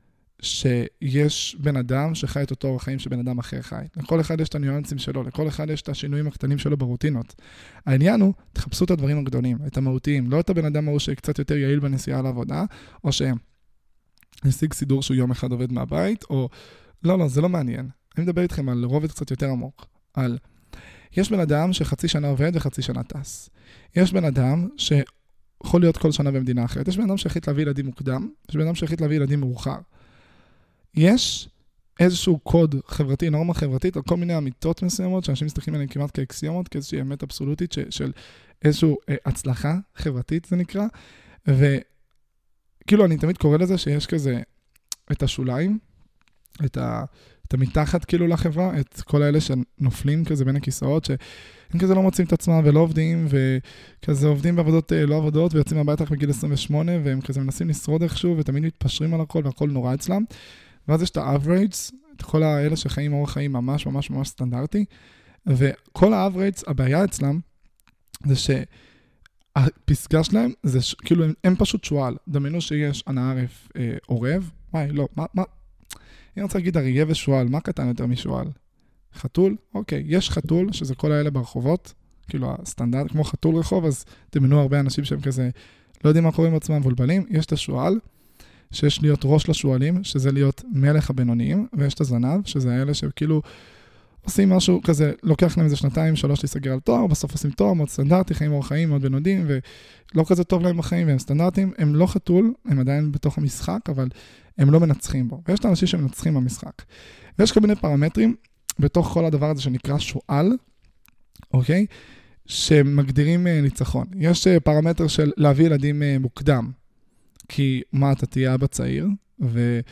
שיש בן אדם שחי את אותו אורח חיים שבן אדם אחר חי. לכל אחד יש את הניואנסים שלו, לכל אחד יש את השינויים הקטנים שלו ברוטינות. העניין הוא, תחפשו את הדברים הגדולים, את המהותיים, לא את הבן אדם ההוא שקצת יותר יעיל בנסיעה לעבודה, או שנשיג סידור שהוא יום אחד עובד מהבית, או... לא, לא, זה לא מעניין. אני מדבר איתכם על רובד קצת יותר עמוק. על... יש בן אדם שחצי שנה עובד וחצי שנה טס. יש בן אדם שיכול להיות כל שנה במדינה אחרת. יש בן אדם שהחליט להביא ילדים מוקדם, יש בן אדם שהחליט להביא ילדים מאוחר. יש איזשהו קוד חברתי, נורמה חברתית, על כל מיני אמיתות מסוימות, שאנשים מסתכלים עליהם כמעט כאקסיומות, כאיזושהי אמת אבסולוטית ש- של איזושהי אה, הצלחה חברתית, זה נקרא. וכאילו אני תמיד קורא לזה שיש כזה את השוליים, את ה... את המתחת כאילו לחברה, את כל האלה שנופלים כזה בין הכיסאות, שהם כזה לא מוצאים את עצמם ולא עובדים, וכזה עובדים בעבודות לא עבודות, ויוצאים מהבית רק בגיל עשרים ושמונה, והם כזה מנסים לשרוד איכשהו, ותמיד מתפשרים על הכל, והכל נורא אצלם. ואז יש את ה-average, את כל האלה שחיים אורח חיים ממש ממש ממש סטנדרטי, וכל ה-average, הבעיה אצלם, זה שהפסגה שלהם, זה ש... כאילו הם, הם פשוט שואל, דמיינו שיש ענה ערף אה, עורב, וואי, לא, מה, מה, אני רוצה להגיד אריה ושואל, מה קטן יותר משואל? חתול? אוקיי, יש חתול, שזה כל האלה ברחובות, כאילו הסטנדרט, כמו חתול רחוב, אז תמנו הרבה אנשים שהם כזה, לא יודעים מה קוראים עצמם מבולבלים, יש את השואל, שיש להיות ראש לשואלים, שזה להיות מלך הבינוניים, ויש את הזנב, שזה האלה שכאילו עושים משהו כזה, לוקח להם איזה שנתיים, שלוש להיסגר על תואר, בסוף עושים תואר, מאוד סטנדרטי, חיים אורח חיים, מאוד בינוניים, ולא כזה טוב להם בחיים, והם סטנדרטים, הם לא חתול, הם עדיין בתוך המשחק, אבל הם לא מנצחים בו. ויש את האנשים שמנצחים במשחק. ויש כל מיני פרמטרים בתוך כל הדבר הזה שנקרא שואל, אוקיי? שמגדירים ניצחון. יש פרמטר של להביא ילדים מוקדם, כי מה אתה תהיה אבא צעיר,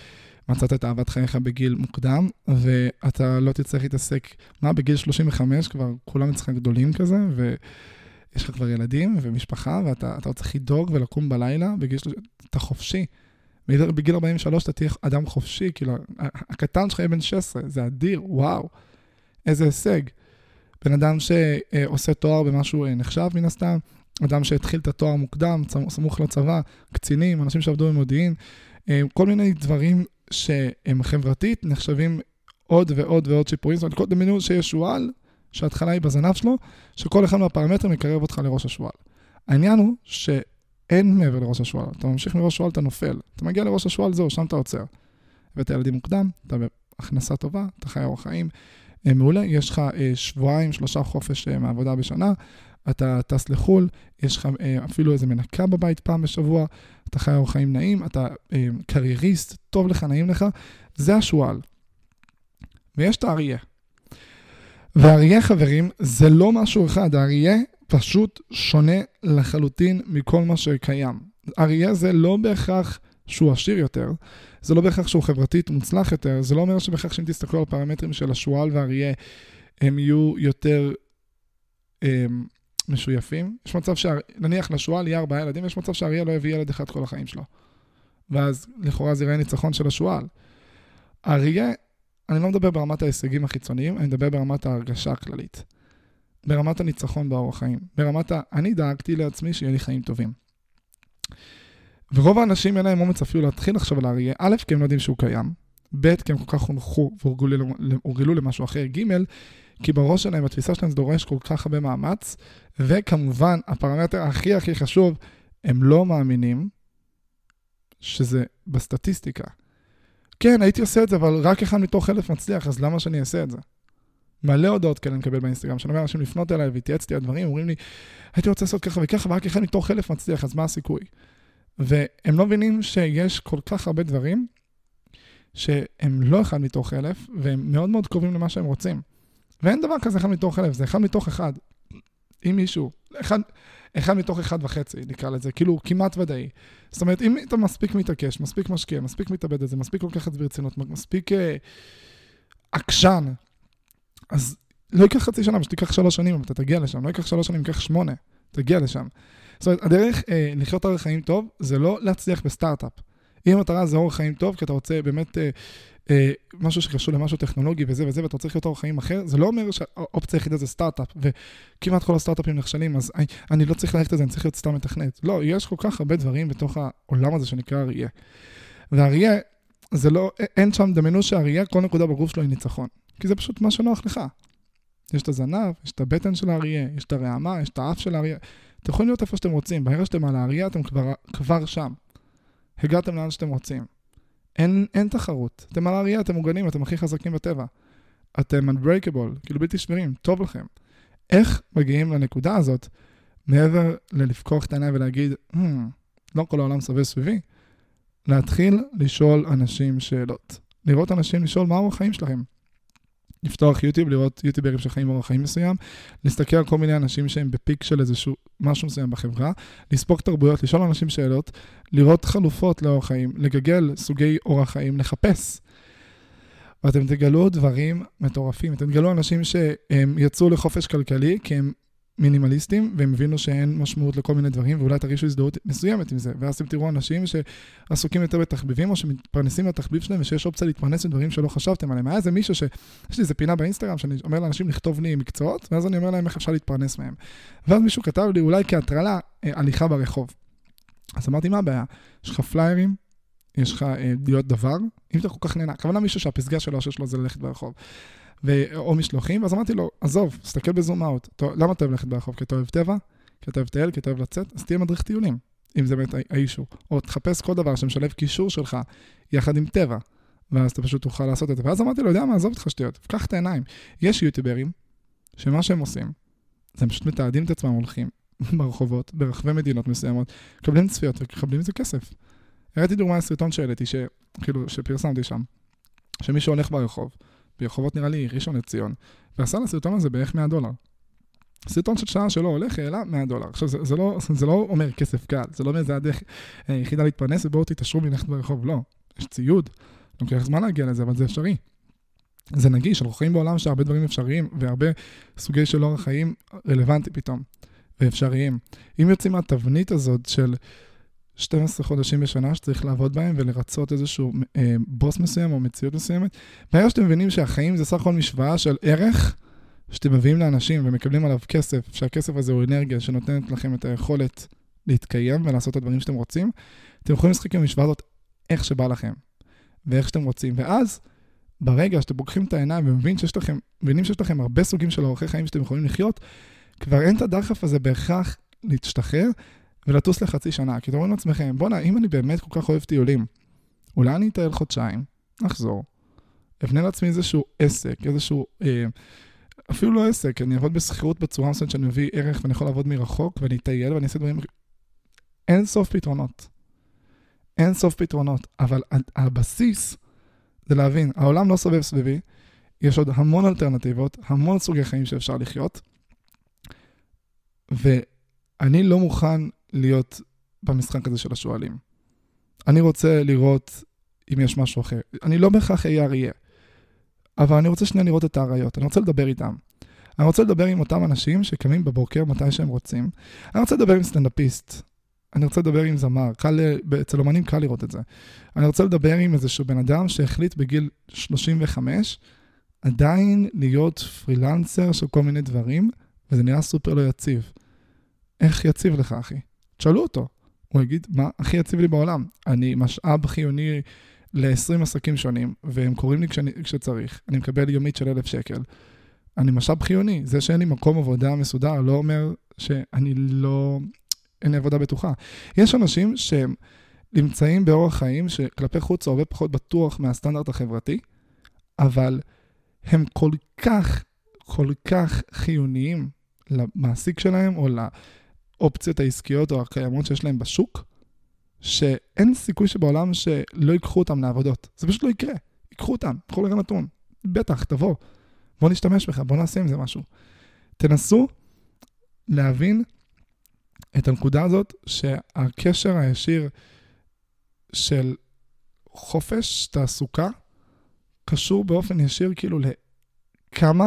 מצאת את אהבת חייך בגיל מוקדם, ואתה לא תצטרך להתעסק, מה, בגיל שלושים וחמש כבר כולם אצלך גדולים כזה, ויש לך כבר ילדים ומשפחה, ואתה אתה צריך לדאוג ולקום בלילה, בגיל שלושים, אתה חופשי. בגיל ארבעים ושלוש אתה תהיה אדם חופשי, כאילו, הקטן שלך יהיה בן שש עשרה, זה אדיר, וואו, איזה הישג. בן אדם שעושה תואר במשהו נחשב מן הסתם, אדם שהתחיל את התואר מוקדם, סמוך לצבא, קצינים, אנשים שעבדו במודיעין, כל מיני דברים שהם חברתית נחשבים עוד ועוד ועוד שיפורים. זאת אומרת, כל דמיינו שיש שואל, שההתחלה היא בזנב שלו, שכל אחד מהפרמטרים יקרב אותך לראש השואל. העניין הוא שאין מעבר לראש השואל. אתה ממשיך מראש השואל, אתה נופל. אתה מגיע לראש השואל, זהו, שם אתה עוצר. ואת הילדים מוקדם, אתה בהכנסה טובה, אתה חי אורח חיים מעולה, יש לך שבועיים, שלושה חופש מעבודה בשנה, אתה טס לחול, יש לך אפילו איזה מנקה בבית פעם בשבוע, אתה חי אורח חיים נעים, אתה קרייריסט, טוב לך, נעים לך, זה השואל. ויש את האריה. והאריה, חברים, זה לא משהו אחד, האריה פשוט שונה לחלוטין מכל מה שקיים. האריה זה לא בהכרח שהוא עשיר יותר, זה לא בהכרח שהוא חברתית מוצלח יותר, זה לא אומר שבהכרח שאם תסתכלו על הפרמטרים של השואל והאריה, הם יהיו יותר הם, משויפים. יש מצב שנניח לשואל יהיה ארבעה ילדים, יש מצב שהאריה לא יביא ילד אחד כל החיים שלו. ואז לכאורה זה יראה ניצחון של השואל. האריה, אני לא מדבר ברמת ההישגים החיצוניים, אני מדבר ברמת ההרגשה הכללית. ברמת הניצחון באורח חיים. ברמת ה... אני דאגתי לעצמי שיהיה לי חיים טובים. ורוב האנשים אין להם אומץ אפילו להתחיל עכשיו על האריה. א', כי הם לא יודעים שהוא קיים. ב', כי הם כל כך חונכו והורגלו למשהו אחר. ג', כי בראש שלהם, התפיסה שלהם זה דורש כל כך הרבה מאמץ. וכמובן, הפרמטר הכי הכי חשוב, הם לא מאמינים שזה בסטטיסטיקה. כן, הייתי עושה את זה, אבל רק אחד מתוך אלף מצליח, אז למה שאני אעשה את זה? מלא הודעות כאלה נקבל באינסטגרם, שאני אומר אנשים לפנות אליי והתייעצתי על דברים, אומרים לי, הייתי רוצה לעשות ככה וככה, ורק אחד מתוך אלף מצליח, אז מה הסיכוי? והם לא מבינים שיש כל כך הרבה דברים, שהם לא אחד מתוך אלף, והם מאוד מאוד קרובים למה שהם רוצים. ואין דבר כזה אחד מתוך אלף, זה אחד מתוך אחד. אם מישהו, אחד, אחד מתוך אחד וחצי, נקרא לזה, כאילו כמעט ודאי. זאת אומרת, אם אתה מספיק מתעקש, מספיק משקיע, מספיק מתאבד את זה, מספיק כל כך את ברצינות, מספיק אה, עקשן, אז לא ייקח חצי שנה, שתיקח שלוש שנים, אם אתה תגיע לשם, לא ייקח שלוש שנים, ייקח שמונה, תגיע לשם. זאת אומרת, הדרך אה, לחיות אורח חיים טוב, זה לא להצליח בסטארט-אפ. אם המטרה זה אורח חיים טוב, כי אתה רוצה באמת אה, אה, משהו שקשור למשהו טכנולוגי וזה וזה, ואתה רוצה לחיות אורח חיים אחר, זה לא אומר שהאופציה היחידה זה סטארט-אפ, וכמעט כל הסטארט-אפים נכשלים, אז אני, אני לא צריך ללכת את זה, אני צריך להיות סתם מתכנת. לא, יש כל כך הרבה דברים בתוך העולם הזה שנקרא אריה. והאריה, זה לא, אין שם דמיינו שהאריה, כל נקודה בגוף שלו היא ניצחון. כי זה פשוט מה שנוח לך. יש את הזנב, יש את הבטן של האריה, יש את הרעמה, יש את האף של האריה. אתם יכולים להיות איפה שאתם רוצים. בהר שאתם על האריה, אתם כבר, כבר שם. הגעתם לאן שאתם רוצים. אין, אין תחרות. אתם על האריה, אתם מוגנים, אתם הכי חזקים בטבע. אתם unbreakable, כאילו בלתי שבירים, טוב לכם. איך מגיעים לנקודה הזאת, מעבר ללפקוח את העיניים ולהגיד, hmm, לא כל העולם סובב סביבי, להתחיל לשאול אנשים שאלות. לראות אנשים לשאול מהו החיים שלכם. לפתוח יוטיוב, לראות יוטיוברים שחיים אורח חיים מסוים, להסתכל על כל מיני אנשים שהם בפיק של איזשהו משהו מסוים בחברה, לספוק תרבויות, לשאול אנשים שאלות, לראות חלופות לאורח חיים, לגגל סוגי אורח חיים, לחפש. ואתם תגלו דברים מטורפים. אתם תגלו אנשים שהם יצאו לחופש כלכלי, כי הם מינימליסטים, והם הבינו שאין משמעות לכל מיני דברים, ואולי תרגישו הזדהות מסוימת עם זה. ואז אתם תראו אנשים שעסוקים יותר בתחביבים, או שמתפרנסים לתחביב שלהם, ושיש אופציה להתפרנס לדברים שלא חשבתם עליהם. היה איזה מישהו ש... יש לי איזה פינה באינסטגרם, שאני אומר לאנשים לכתוב לי מקצועות, ואז אני אומר להם איך אפשר להתפרנס מהם. ואז מישהו כתב לי, אולי כהטרלה, הליכה ברחוב. אז אמרתי, מה הבעיה? יש לך פליירים, יש לך להיות דבר, אם אתה כל כך נהנה. הכוונה מישהו שהפסגה שלו, שלו זה ללכת ברחוב. ו... או משלוחים, ואז אמרתי לו, עזוב, תסתכל בזום אאוט. למה אתה אוהב ללכת ברחוב? כי אתה אוהב טבע? כי אתה אוהב טייל? כי אתה אוהב לצאת? אז תהיה מדריך טיולים, אם זה באמת האישו. או תחפש כל דבר שמשלב קישור שלך יחד עם טבע, ואז אתה פשוט תוכל לעשות את זה. ואז אמרתי לו, יודע מה, עזוב אותך שטויות, פקח את העיניים. יש יוטיוברים שמה שהם עושים, זה פשוט מתעדים את עצמם, הולכים ברחובות, ברחבי מדינות מסוימות, קבלים צפיות וקבלים איזה כסף. הראיתי דוגמה לסרטון שהעליתי, ש... כאילו, שפרסמתי שם, שמישהו הולך ברחוב, ברחובות נראה לי ראשון לציון, ועשה לסרטון הזה בערך מאה דולר. סרטון של שעה שלו הולך, העלה מאה דולר. עכשיו, זה, זה, לא, זה לא אומר כסף קל, זה לא אומר זה הדרך היחידה להתפרנס, ובואו תתעשרו מלכת ברחוב, לא. יש ציוד, לוקח זמן להגיע לזה, אבל זה אפשרי. זה נגיש, אנחנו חיים בעולם שהרבה דברים אפשריים, והרבה סוגי של אורח חיים רלוונטי פתאום, ואפשריים. אם יוצאים מהתבנית הזאת של שנים עשר חודשים בשנה שצריך לעבוד בהם, ולרצות איזשהו אה, בוס מסוים או מציאות מסוימת, ברגע שאתם מבינים שהחיים זה סך הכל משוואה של ערך, שאתם מביאים לאנשים ומקבלים עליו כסף, שהכסף הזה הוא אנרגיה שנותנת לכם את היכולת להתקיים ולעשות את הדברים שאתם רוצים, אתם יכולים לשחק עם המשוואה הזאת איך שבא לכם, ואיך שאתם רוצים. ואז, ברגע שאתם פוקחים את העיניים ומבינים שיש לכם, מבינים שיש לכם הרבה סוגים של אורחי חיים שאתם יכולים לחיות, כבר אין את הדחף הזה בהכרח להשתחרר ולטוס לחצי שנה. כי אתם אומרים לעצמכם, בוא נה, אם אני באמת כל כך אוהב טיולים, אולי אני אטייל חודשיים, נחזור, אבנה לעצמי איזשהו עסק, איזשהו, אה, אפילו לא עסק, אני אעבוד בסחירות בצורה מסוימת שאני מביא ערך ואני יכול לעבוד מרחוק ואני אטייל ואני אעשה דברים, אין סוף פתרונות. אין סוף פתרונות, אבל הבסיס זה להבין, העולם לא סובב סביבי, יש עוד המון אלטרנטיבות, המון סוגי חיים שאפשר לחיות, ואני לא מוכן להיות במשחק הזה של השואלים. אני רוצה לראות אם יש משהו אחר. אני לא בהכרח אהיה אריה, אבל אני רוצה שנייה לראות את האריות, אני רוצה לדבר איתם. אני רוצה לדבר עם אותם אנשים שקמים בבוקר מתי שהם רוצים. אני רוצה לדבר עם סטנדאפיסט. אני רוצה לדבר עם זמר. קל, אצל אומנים קל לראות את זה. אני רוצה לדבר עם איזשהו בן אדם שהחליט בגיל שלושים וחמש עדיין להיות פרילנסר של כל מיני דברים, וזה נראה סופר לא יציב. איך יציב לך, אחי? תשאלו אותו. הוא יגיד, מה הכי יציב לי בעולם? אני משאב חיוני ל-עשרים עסקים שונים, והם קוראים לי כשאני, כשצריך. אני מקבל יומית של אלף שקל. אני משאב חיוני. זה שאין לי מקום עבודה מסודר לא אומר שאני לא... אין לי עבודה בטוחה. יש אנשים שהם נמצאים באורח חיים שכלפי חוץ הוא הרבה פחות בטוח מהסטנדרט החברתי, אבל הם כל כך, כל כך חיוניים למעסיק שלהם או לאופציות העסקיות או הקיימות שיש להם בשוק, שאין סיכוי שבעולם שלא ייקחו אותם לעבודות. זה פשוט לא יקרה. ייקחו אותם, ייקחו לרגע נתון. בטח, תבוא. בוא נשתמש בך, בוא נעשה עם זה משהו. תנסו להבין את הנקודה הזאת שהקשר הישיר של חופש תעסוקה קשור באופן ישיר כאילו לכמה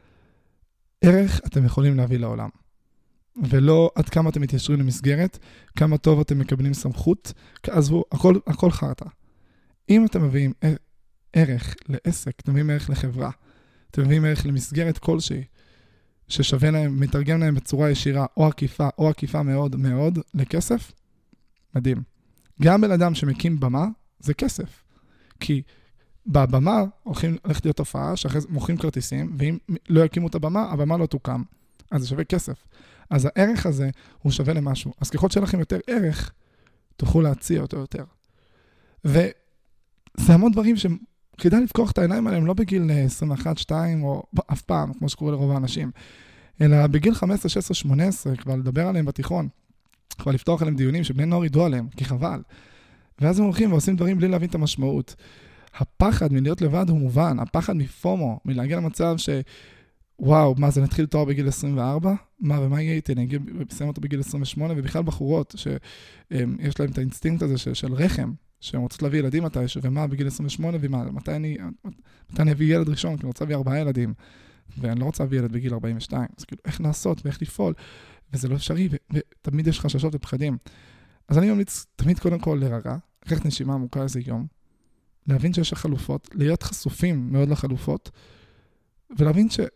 ערך אתם יכולים להביא לעולם. ולא עד כמה אתם מתיישרים למסגרת, כמה טוב אתם מקבלים סמכות, עזבו, הכל, הכל חרטה. אם אתם מביאים ערך לעסק, אתם מביאים ערך לחברה, אתם מביאים ערך למסגרת כלשהי, ששווה להם, מתרגם להם בצורה ישירה, או עקיפה, או עקיפה מאוד מאוד לכסף, מדהים. גם בן אדם שמקים במה, זה כסף. כי בבמה הולכים ללכת להיות הופעה, שאחרי זה מוכרים כרטיסים, ואם לא יקימו את הבמה, הבמה לא תוקם. אז זה שווה כסף. אז הערך הזה הוא שווה למשהו. אז ככל שיהיה לכם יותר ערך, תוכלו להציע אותו יותר. וזה המון דברים שכדאי לפקוח את העיניים עליהם, לא בגיל עשרים ואחת שתיים או אף פעם, כמו שקורה לרוב האנשים, אלא בגיל חמש עשרה, שש עשרה, שמונה עשרה, כבר לדבר עליהם בתיכון, כבר לפתוח עליהם דיונים שבני נוער ידעו עליהם, כי חבל. ואז הם הולכים ועושים דברים בלי להבין את המשמעות. הפחד מלהיות לבד הוא מובן, הפחד מפומו, מלהגיע למצב ש... וואו, מה זה, נתחיל תואר בגיל עשרים וארבע? מה, ומה יהיה איתי? אני אגיע ובסיים אותו בגיל עשרים ושמונה, ובכלל בחורות שיש להם את האינסטינקט הזה של, של רחם, שהן רוצות להביא ילדים מתישהו, ומה, בגיל עשרים ושמונה, ומה, מתי אני, מתי אני אביא ילד ראשון? כי אני רוצה להביא ארבעה ילדים, ואני לא רוצה להביא ילד בגיל ארבעים ושתיים, אז כאילו, איך לעשות ואיך לפעול, וזה לא אפשרי, ו- ותמיד יש חששות ופחדים. אז אני ממליץ תמיד קודם כל להירגע, לקחת נשימה עמוקה איזה יום, להבין שיש חלופות, להיות חשופים מאוד לחלופות, ולהבין ש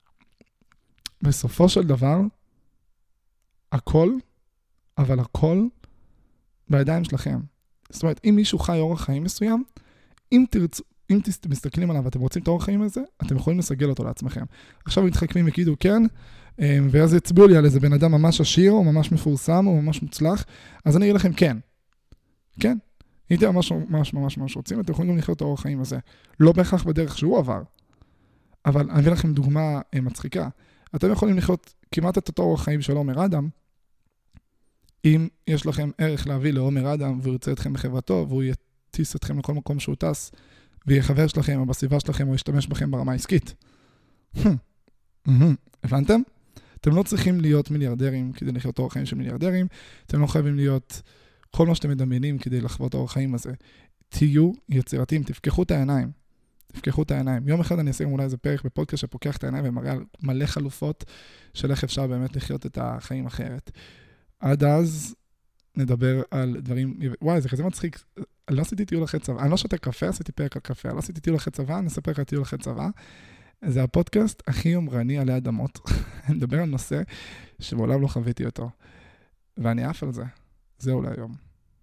בסופו של דבר, הכל, אבל הכל, בידיים שלכם. זאת אומרת, אם מישהו חי אורח חיים מסוים, אם תרצו, אם תסתכלים עליו ואתם רוצים את האורח חיים הזה, אתם יכולים לסגל אותו לעצמכם. עכשיו מתחכמים יגידו כן, ואז יצביעו לי על איזה בן אדם ממש עשיר, או ממש מפורסם, או ממש מוצלח, אז אני אגיד לכם כן. כן. אם אתם ממש ממש ממש ממש רוצים, אתם יכולים גם לחיות את האורח חיים הזה. לא בהכרח בדרך שהוא עבר. אבל אני אביא לכם דוגמה מצחיקה. אתם יכולים לחיות כמעט את אותו אורח חיים של עומר אדם, אם יש לכם ערך להביא לעומר אדם, והוא ירצה אתכם בחברתו, והוא יטיס אתכם לכל מקום שהוא טס, ויהיה חבר שלכם, או בסביבה שלכם, או ישתמש בכם ברמה העסקית. הבנתם? אתם לא צריכים להיות מיליארדרים כדי לחיות אורח חיים של מיליארדרים, אתם לא חייבים להיות כל מה שאתם מדמיינים כדי לחוות אורח חיים הזה. תהיו יצירתיים, תפקחו את העיניים. תפקחו את העיניים. יום אחד אני אעשה אולי איזה פרק בפודקאסט שפוקח את העיניים ומראה על מלא חלופות של איך אפשר באמת לחיות את החיים אחרת. עד אז נדבר על דברים, וואי, זה כזה מצחיק. לא עשיתי טיול אחרי צבא, אני לא שותה קפה, עשיתי פרק על קפה, לא עשיתי טיול אחרי צבא, אני אספר לך טיול אחרי צבא. זה הפודקאסט הכי יומרני עלי אדמות. אני מדבר על נושא שמעולם לא חוויתי אותו. ואני עף על זה. זהו להיום.